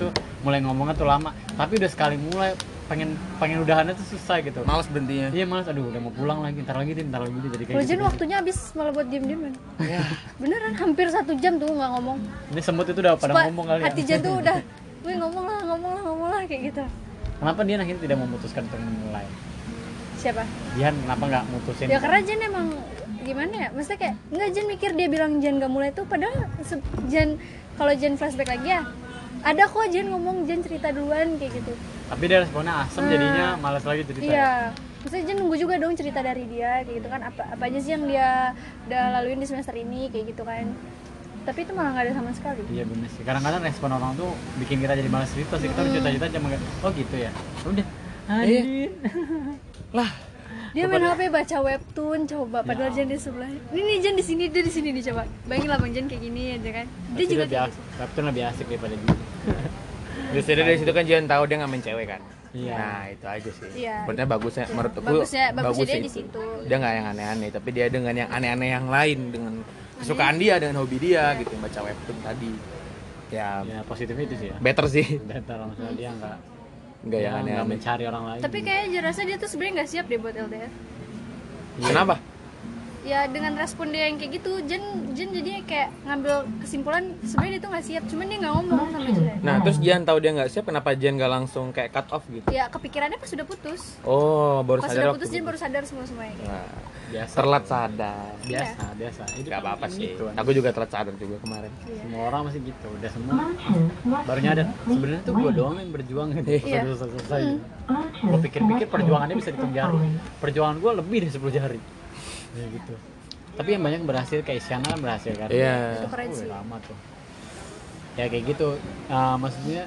mulai ngomongnya tuh lama, tapi udah sekali mulai pengen udahannya tuh susah gitu. Males berhentinya. Iya males, aduh udah mau pulang lagi, ntar lagi deh, jadi kayak Kalau Jen gitu. waktunya habis malah buat diem-dieman. Beneran hampir 1 jam tuh nggak ngomong. Ini semut itu udah pada ngomong kali ya. Hati Jen tuh udah, gue ngomong lah kayak gitu. Kenapa dia akhirnya tidak memutuskan untuk memulai? Siapa? Dian kenapa nggak mutusin? Ya karena Jen emang gimana ya? Maksudnya kayak nggak, Jen mikir dia bilang Jen gak mulai tuh, padahal Jen kalau Jen flashback lagi ya, ada kok Jen ngomong, Jen cerita duluan kayak gitu. Tapi dia responnya asem, jadinya malas lagi cerita. Iya. Maksudnya Jen nunggu juga dong cerita dari dia kayak gitu kan, apa aja sih yang dia udah laluin di semester ini kayak gitu kan. Tapi itu malah nggak ada sama sekali. Iya bener sih. Kadang-kadang respon orang tuh bikin kita jadi malas cerita sih. Kita udah cerita-cerita cuma oh gitu ya. Udah. Adin. Lah, Dia main HP baca webtoon coba, padahal Jen di sebelah. Ini Jen di sini, dia di sini nih, coba. Bayangin lah Bang Jen kayak gini aja kan. Dia juga lebih asik. Webtoon lebih asik daripada dia. justru dari situ kan Jian tahu dia nggak main cewek kan. Iya. Nah itu aja sih. Iya. Sebenarnya bagusnya, menurut aku Bagusnya dia di itu. situ. Dia nggak yang aneh-aneh, tapi dia dengan yang aneh-aneh yang lain, dengan kesukaan dia, dengan hobi dia gitu, baca webtoon tadi. Ya, Ya positifnya itu sih ya. better sih. Better maksudnya dia nggak Nggak yang nggak aneh-aneh. mencari orang lain. Tapi kayaknya rasa dia tuh sebenarnya nggak siap deh buat LDR. Iya. Kenapa? Ya dengan respon dia yang kayak gitu, Jen jadinya kayak ngambil kesimpulan sebenarnya dia tuh nggak siap, cuman dia nggak ngomong sama Jen. Nah terus Jian tahu dia nggak siap, kenapa Jian nggak langsung kayak cut off gitu? Ya kepikirannya pas sudah putus. Oh baru Pas sadar sudah waktu putus Jen putus. baru sadar semuanya kayak. Nah, Biasa. terlat sadar. Biasa. Itu Gak kan apa-apa sih. gitu kan. Aku juga telat sadar juga kemarin. Iya. Semua orang masih gitu, udah semua baru nyadar sebenarnya tuh gue doang yang berjuang gitu. Iya. Selesai. Gue pikir-pikir perjuangannya bisa dihitung jari. Perjuangan gue lebih dari 10 jari. Ya gitu. Tapi yang banyak berhasil kayak Isyana kan berhasil kan. Iya. Itu keren sih. Lama tuh. Ya kayak gitu. Maksudnya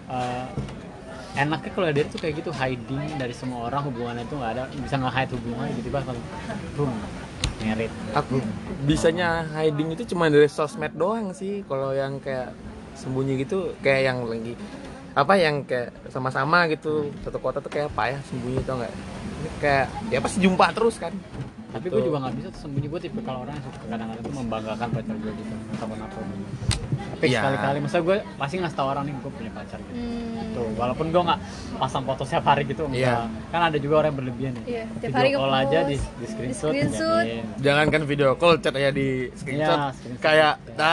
enaknya kalau dia tuh kayak gitu, hiding dari semua orang, hubungannya tuh nggak ada, bisa nge-hide hubungannya gitu bahkan boom merit. Aku bisanya hiding itu cuma dari sosmed doang sih. Kalau yang kayak sembunyi gitu, kayak yang lagi apa yang kayak sama-sama gitu satu kota tuh kayak apa ya, sembunyi tau nggak? Ini kayak ya pasti jumpa terus kan. Tapi Gitu. gue juga nggak bisa tuh sembunyi. Gue tipe kalau orang yang suka kadang-kadang tuh membanggakan pacar gue gitu, apa tapi Iya. sekali-kali masa gue pasti ngasih tau orang nih gue punya pacar gitu. Tuh, walaupun gue nggak pasang foto setiap hari gitu, Iya. kan ada juga orang yang berlebihan ya. Iya, tiap Video hari call nge-post, aja di screenshot, screenshot. dijadiin. Jangankan video call, chat ya di screenshot. Iya, screenshot. Kayak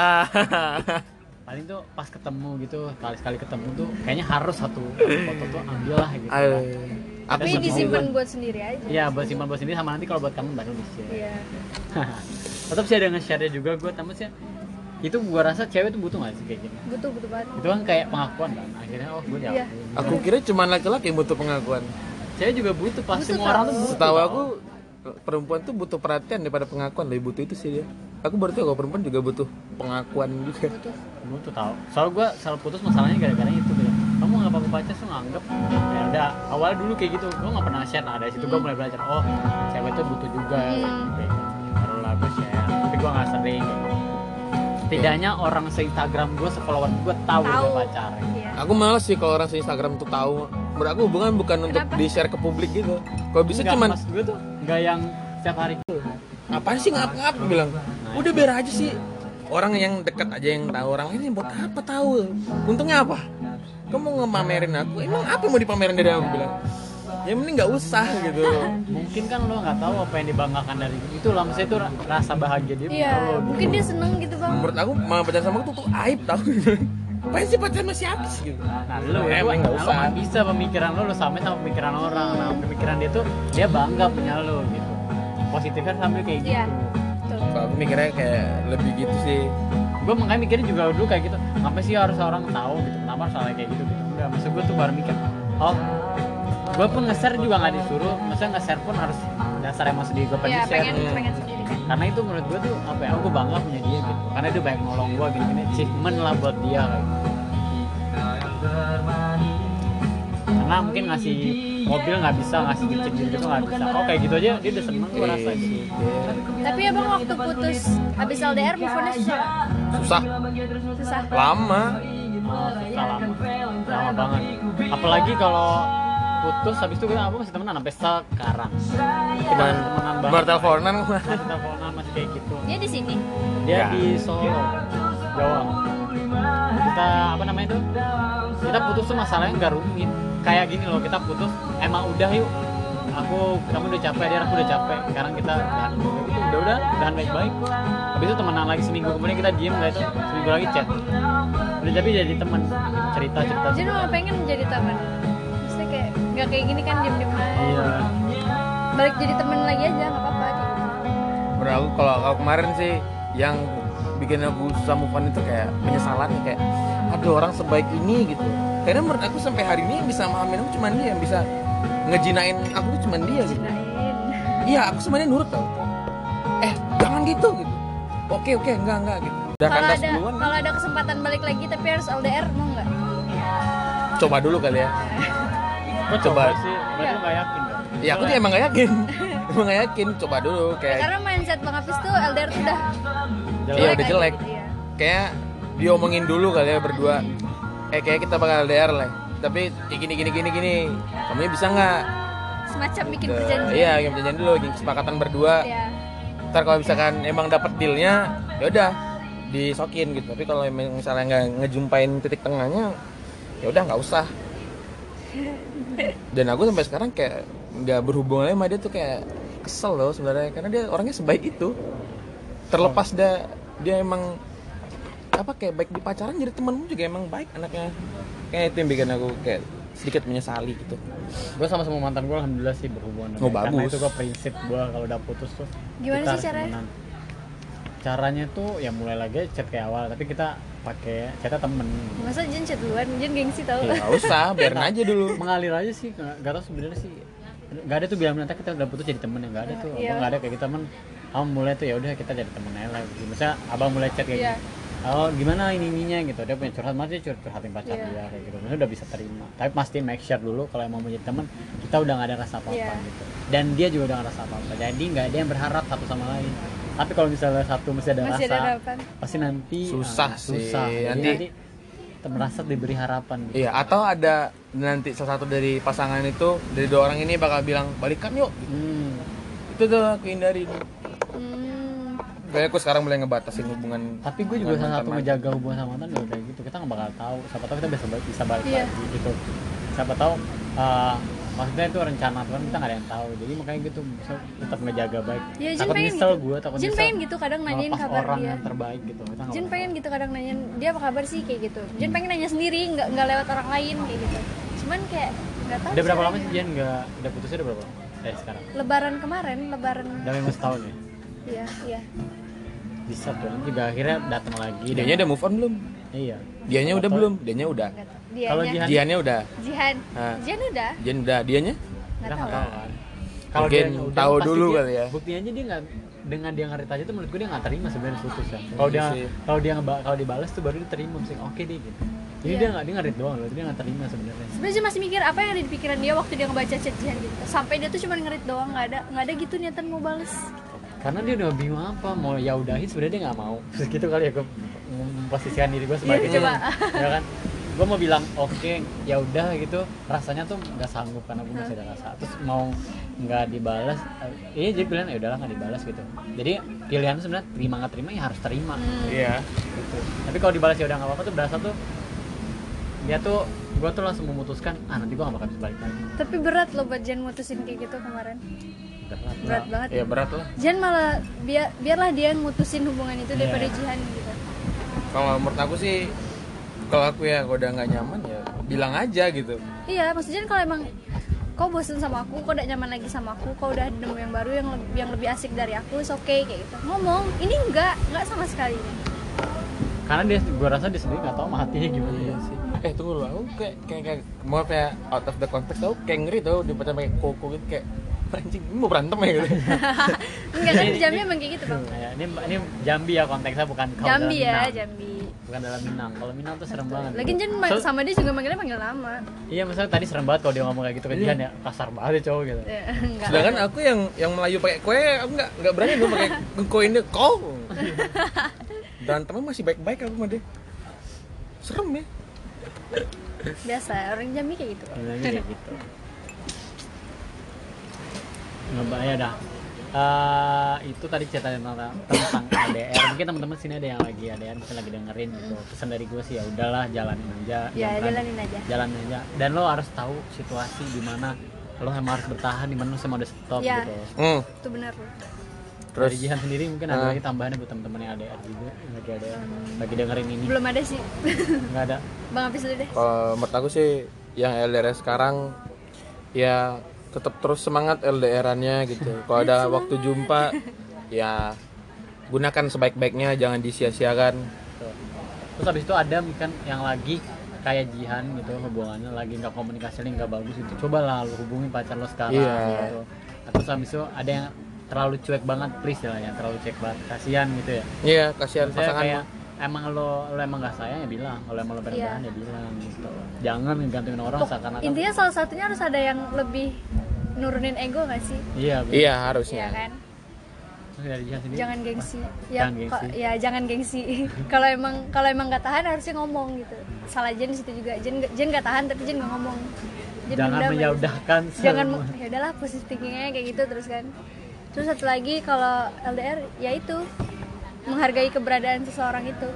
Paling tuh pas ketemu gitu, sekali ketemu tuh kayaknya harus satu foto tuh ambil lah gitu. Aku Tapi Tapi disimpan buat sendiri aja. Iya, buat simpan buat sendiri, sama nanti kalau buat kamu baru di-share. Iya. Tetap sih ada nge-share juga gue, tapi sih itu gue rasa cewek tuh butuh nggak sih kayak gini? Butuh banget. Itu kan kayak pengakuan kan, akhirnya oh gue jawab. Iya. Aku kira cuma laki-laki yang butuh pengakuan. Cewek juga butuh, pas Butuh semua orang tau. tuh butuh. Setahu tau. aku perempuan tuh butuh perhatian daripada pengakuan, lebih butuh itu sih dia. Aku baru tahu kalau perempuan juga butuh pengakuan juga. Butuh tau. Soalnya gue selalu putus masalahnya gara-gara itu bilang, kamu nggak apa-apa pacar tuh nganggep. Ya udah, awalnya dulu kayak gitu, gue nggak pernah share. Nah dari situ gue mulai belajar, oh cewek tuh butuh juga. Baru lah gue share, tapi gue nggak sering. Setidaknya orang se-Instagram gue, se-follower gue tahu dia Tahu. pacar. Iya. Aku males sih kalau orang se-Instagram tuh tahu. Menurut aku hubungan bukan untuk Kenapa? di-share ke publik gitu. Kalau bisa Nggak, cuman mas gue tuh nggak yang setiap hari gitu. apaan sih ngap-ngap bilang. Udah biar aja sih. Orang yang dekat aja yang tahu, orang lain buat apa tahu? Untungnya apa? Kamu ngemamerin aku, emang apa yang mau dipamerin dari aku bilang? Ya mending nggak usah gitu. Mungkin kan lo nggak tahu apa yang dibanggakan dari itu lah, maksudnya itu rasa bahagia dia. Iya, gitu loh. mungkin dia seneng gitu bang. Menurut aku malah pacaran sama aku tuh aib tau. Apaan sih pacaran sama siapa sih gitu? Nah lu ya, Emang nggak lo usah. nggak bisa pemikiran lo samain sama pemikiran orang. Nah pemikiran dia tuh dia bangga punya lo gitu. Positifnya sambil kayak gitu. Iya. Betul. Kalau aku mikirnya kayak lebih gitu sih. Gue makanya mikirnya juga dulu kayak gitu. Kenapa sih harus orang tahu gitu? Kenapa harus hal kayak gitu? Enggak, maksud gue tuh baru mikir, oh gue pun nge-share juga nggak disuruh. Maksudnya nge-share pun harus dasar emosi diri gue pengen Iya, share. pengen sendiri kan. Karena itu menurut gue tuh apa ya? Gue bangga punya dia gitu. Karena dia banyak nolong gue gini-gini. Achievement lah buat dia kayak gitu. Karena mungkin ngasih mobil nggak bisa, ngasih cincin gitu nggak bisa. Oh kayak gitu aja dia udah seneng gue rasa sih. Tapi abang waktu putus abis LDR move on-nya susah nggak? Susah, Susah. lama. Oh, susah lama banget. Apalagi kalau putus habis itu kita apa masih temenan sampai sekarang. Kita Cuman temenan banget. baru teleponan. Masih teleponan masih kayak gitu. Dia di sini. Dia Ya. di Solo, Jawa. kita apa namanya itu, kita putus tuh masalahnya nggak rumit kayak gini loh. Kita putus emang udah yuk, kamu udah capek, aku udah capek, sekarang kita udah baik-baik. Habis itu temenan lagi seminggu, kemudian kita diem lah itu, seminggu lagi chat, udah tapi jadi teman, cerita. Jadi lo pengen jadi teman, maksudnya kayak nggak kayak gini kan diem aja. Iya. Balik jadi teman lagi aja nggak apa-apa. Menurut aku kalau kemarin sih yang bikin aku susah move on itu kayak penyesalannya, kayak ada orang sebaik ini gitu. Karena menurut aku sampai hari ini yang bisa memahamin aku cuma dia, yang bisa ngejinain aku tuh cuma dia gitu. Iya, aku sebenarnya nurut tau. Jangan gitu. Oke, enggak gitu. Udah kandas duluan. Kalau ada kesempatan balik lagi tapi harus LDR, mau nggak? Coba dulu kali ya. Kok coba sih? Berarti lo nggak yakin kan? Ya aku tuh emang nggak yakin. Emang nggak yakin. Coba dulu kayak. Karena mindset Bang Hafiz tuh LDR tuh udah Iya udah jelek. gitu, ya. Kayak diomongin dulu kali ya berdua. Kayak kita bakal LDR lah. Tapi gini. Kamu bisa nggak? Semacam bikin perjanjian. Iya, bikin perjanjian dulu, bikin kesepakatan berdua. Iya. Ntar kalau misalkan emang dapet dealnya, ya udah disokin gitu. Tapi kalau misalnya nggak ngejumpain titik tengahnya, ya udah nggak usah. Dan aku sampai sekarang kayak nggak berhubungan sama dia tuh kayak kesel loh sebenarnya, karena dia orangnya sebaik itu. Terlepas dia emang apa kayak baik di pacaran, jadi temenmu juga emang baik anaknya. Kayak itu yang bikin aku kayak sedikit menyesali gitu. Gue sama mantan gue alhamdulillah sih berhubungan. Oh, Karena bagus. itu gue prinsip gue kalau udah putus tuh. Gimana kita sih harus caranya? temenan. Caranya tuh ya mulai lagi chat kayak awal, tapi kita pakai chatnya temen. Masa Jen chat duluan, Jen gengsi tau. Ya nggak usah, biarin aja dulu. Mengalir aja sih, nggak tahu sebenarnya sih. Nggak ada tuh bilang nanti kita udah putus jadi temen, ya nggak ada tuh. Iya. Abang nggak ada kayak gitu, temen. Abang mulai tuh ya udah kita jadi temen aja lah. Misalnya abang mulai chat kayak Iya. gitu. Oh gimana ininya gitu, dia punya curhat, masih curhatin pacar Iya. dia kayak gitu, maksudnya udah bisa terima. Tapi pasti make sure dulu kalau emang mau jadi temen, kita udah nggak ada rasa apa-apa Iya. gitu. Dan dia juga udah nggak rasa apa-apa, jadi nggak ada yang berharap satu sama lain. Tapi kalau misalnya satu masih ada Masih ada rasa, harapan. pasti nanti Susah sih. Jadi Nanti- merasa diberi harapan gitu. Iya, atau ada nanti salah satu dari pasangan itu, dari dua orang ini bakal bilang balikan yuk. Itu tuh aku hindari. Kayaknya aku sekarang mulai ngebatasin hubungan. Tapi gue juga dengan salah satu mantan ngejaga hubungan sama mantan ya udah gitu, kita nggak bakal tahu, siapa tahu kita bisa balik Iya. lagi gitu, siapa tahu maksudnya itu rencana Tuhan, kita nggak ada yang tahu, jadi makanya gitu bisa tetap ngejaga baik. Ya, Jin Takut pengen nyesel gitu. gue, takut Jin nyesel pengen gitu kadang nanyain ngelepas kabar orang dia. yang terbaik gitu, kita nggak Jin bakal pengen gitu kadang nanyain dia apa kabar sih kayak gitu. Jin pengen nanya sendiri, nggak lewat orang lain kayak gitu. Cuman kayak nggak tahu. tahu. Udah berapa caranya. lama sih Jen nggak, udah putusnya udah berapa lama dari sekarang? Lebaran kemarin, lebaran. Udah memang setahun ya, Iya. bisa tuh juga akhirnya datang lagi. Dianya udah move on belum? Iya. Dianya udah belum? Dianya udah. Nggak tahu. Kalau Dianya. Jihan- Dianya udah. Jihan. Nah. Jihan udah. Dian udah. Dianya? Nggak Kita tahu. nggak tahu kan. Mungkin dia udah, tahu pasti dulu dia- kali ya. Buktinya aja dia nggak, dengan dia ngerit aja tuh menurut gue dia nggak terima sebenarnya putus ya. Iya sih. Kalau dibalas tuh baru diterima sih. Oke deh gitu. Jadi Iya. dia ngerit doang loh, dia nggak terima sebenarnya. Sebenarnya dia masih mikir apa yang ada di pikiran dia waktu dia ngebaca chat Jihan gitu. Sampai dia tuh cuma ngerit doang, nggak ada gitu niatan mau bales. Karena dia udah bingung apa mau ya udahin, sebenarnya dia nggak mau. Terus gitu kali ya gue memposisikan diri gue sebagai Iya, coba. ya kan. Gue mau bilang oke ya udah gitu, rasanya tuh nggak sanggup karena gue masih ada rasa. Terus mau nggak dibalas, iya jadi pilihan ya udahlah nggak dibalas gitu. Jadi pilihan sebenarnya terima nggak terima ya harus terima. Iya. Gitu. Tapi kalau dibalas ya udah nggak apa-apa tuh, berasa tuh dia tuh, gue tuh langsung memutuskan nanti gue nggak bakal bisa balik lagi. Tapi berat loh buat Jen mutusin kayak gitu kemarin. Berat banget. Ya berat lah. Jen malah biarlah dia yang mutusin hubungan itu daripada Iya. Jihan gitu. Kalau menurut aku sih, kalau aku ya kalau udah nggak nyaman ya bilang aja gitu. Iya, maksudnya kalau emang kau bosen sama aku, kau udah nyaman lagi sama aku, kau udah nemu yang baru yang lebih asik dari aku, it's okay kayak gitu. Ngomong, ini enggak sama sekali. Karena gue rasa dia sendiri nggak tahu sama hatinya gimana ya sih. Tunggu dulu, aku kayak maaf ya, out of the context, aku kayak ngeri tau dibaca pakai koko gitu, kayak anjing ini mau berantem ya gitu. Enggak kan jamnya emang kayak gitu bang. Nah, ini Jambi ya konteksnya, bukan kalau Jambi dalam ya, Minang. Jambi. Bukan dalam Minang. Kalau Minang tuh serem banget. Lagi Jen sama dia juga manggilnya manggil nama. Iya, misalnya tadi serem banget kalau dia ngomong kayak gitu ke Jihan ya, kasar banget ya cowok gitu. Ya, enggak. Sedangkan aku yang Melayu pakai kue, aku nggak berani dong pakai kue ini kau. Berantemnya masih baik-baik aku sama dia. Serem ya. Biasa orang Jambi kayak gitu. Bilangnya kayak gitu. Nggak ya dah. Itu tadi cerita tentang LDR. Mungkin teman-teman sini ada yang lagi LDR, mungkin lagi dengerin gitu. Pesan dari gue sih ya udahlah, jalanin aja. Ya jalanin aja. Jalanin aja. Dan lo harus tahu situasi di mana lo emang harus bertahan, di mana lo sama udah stop Ya. gitu. Itu benar. Terus dari Jihan sendiri mungkin ada lagi tambahannya buat teman-teman yang LDR juga, yang lagi LDR, lagi dengerin ini. Belum ada sih. Nggak ada. Bang Apis dulu deh. Kalau menurut aku sih yang LDR sekarang ya tetap terus semangat LDR-annya gitu. Kalau ada waktu jumpa ya gunakan sebaik-baiknya, jangan disia-siakan. Tuh. Terus habis itu ada mungkin yang lagi kayak Jihan gitu, hubungannya lagi nggak komunikasinya nggak bagus itu, cobalah lu hubungi pacar lo sekarang gitu. Terus habis itu ada yang terlalu cuek banget, please lah ya, terlalu cuek banget, kasihan gitu ya. Iya, kasihan Maksudnya pasangan. kayak emang lo emang nggak sayang ya bilang, kalau emang lo pengen Iya. tahan ya bilang gitu. Jangan ngegantungin orang seakan-akan. Intinya salah satunya harus ada yang lebih nurunin ego nggak sih? Iya, Iya, Iya harusnya. kan? Terus dari Jihan sendiri. Jangan gengsi. Jangan gengsi. Ya jangan gengsi. kalau emang nggak tahan harusnya ngomong gitu. Salah Jen di situ juga. Jen nggak tahan tapi Jen nggak ngomong. Jen Jangan mendam aja. menyaudahkan Jangan semua. ya udahlah positive thinkingnya kayak gitu terus kan. Terus satu lagi kalau LDR ya itu menghargai keberadaan seseorang itu.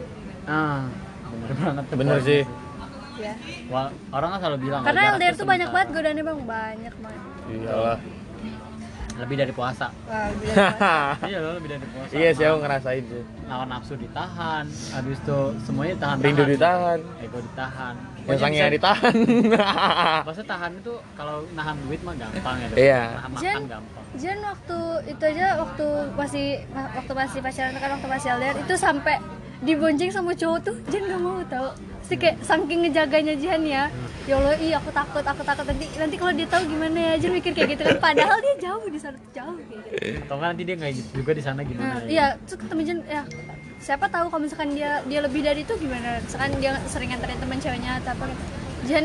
Bener banget tuh. Bener poin. sih. Ya. Wah, orang kan selalu bilang Karena jarak LDR tuh tuh banyak sementara. banget godaannya bang, banyak banget. Iyalah. Lebih dari puasa. Wah, gila banget. Iya lo lebih dari puasa. Iya sih, aku ngerasain sih. Lawan nafsu ditahan, habis itu semuanya ditahan. Rindu ditahan, Ego ditahan. yang sange ditahan. Maksudnya tahan itu kalau nahan duit mah gampang ya. Iya. Nahan makan Jen, gampang. Jen waktu itu aja waktu masih pacaran kan waktu masih LDR itu sampai dibonceng sama cowok tuh Jen gak mau tau. Sih kayak saking ngejaganya Jihan ya. Ya Allah, aku takut nanti kalau dia tahu gimana ya. Jen mikir kayak gitu kan padahal dia jauh di sana jauh kayak gitu. Tau kan nanti dia nggak gitu juga di sana gimana? Nah, iya, terus ketemu Jen ya siapa tahu kalau misalkan dia lebih dari itu gimana. Misalkan dia sering nganterin teman ceweknya atau apa gitu. Jen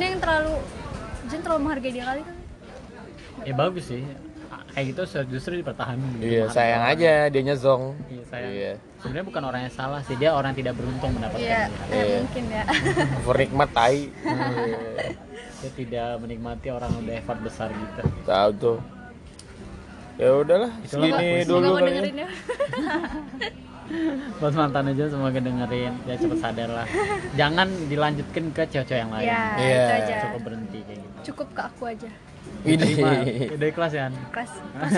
terlalu menghargai dia kali kan. Ya bagus sih. Kayak gitu justru dipertahankan. Iya, sayang aja dia nyezong. Iya, sayang. Iya. Sebenarnya bukan orang yang salah sih, dia orang yang tidak beruntung mendapatkan Iya, dia. Iya. mungkin ya. Bernikmat tai. Dia tidak menikmati orang yang udah effort besar gitu. Tahu tuh. Ya udahlah, Itulah, segini Pak. dulu Semoga mau kayaknya. dengerin ya. Buat mantan aja semoga dengerin, ya cepet sadar lah. Jangan dilanjutkan ke cewek-cewek yang lain. Ya, Iya. itu aja. Cukup berhenti kayak gitu. Cukup ke aku aja. Terima. Ini. Udah ikhlas ya? Kelas.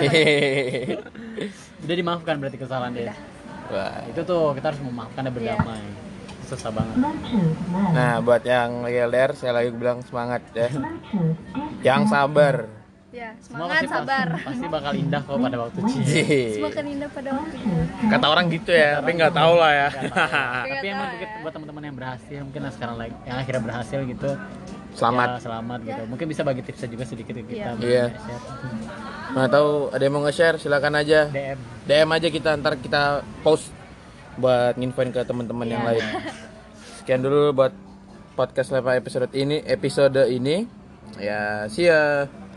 Udah dimaafkan berarti kesalahan dia. Wah. Itu tuh kita harus memaafkan dan berdamai. Susah banget. Nah, buat yang lagi LDR, saya lagi bilang semangat ya. Yang sabar. Ya, Semua semangat, sabar. pasti bakal indah kok pada waktu cinta. Semua kan indah pada waktunya. Kata orang gitu ya, tapi nggak tahu lah ya. Tapi Nggak emang tahu ya. buat teman-teman yang berhasil, mungkin yang sekarang lagi yang akhirnya berhasil gitu. Selamat. Ya, selamat gitu. Mungkin bisa bagi tipsnya juga sedikit ke kita. Iya. Share. Nggak tahu ada yang mau nge-share, silakan aja. DM. DM aja kita, ntar kita post buat nginfoin ke teman-teman yang lain. Sekian dulu buat podcast Leva episode ini. Ya, see ya.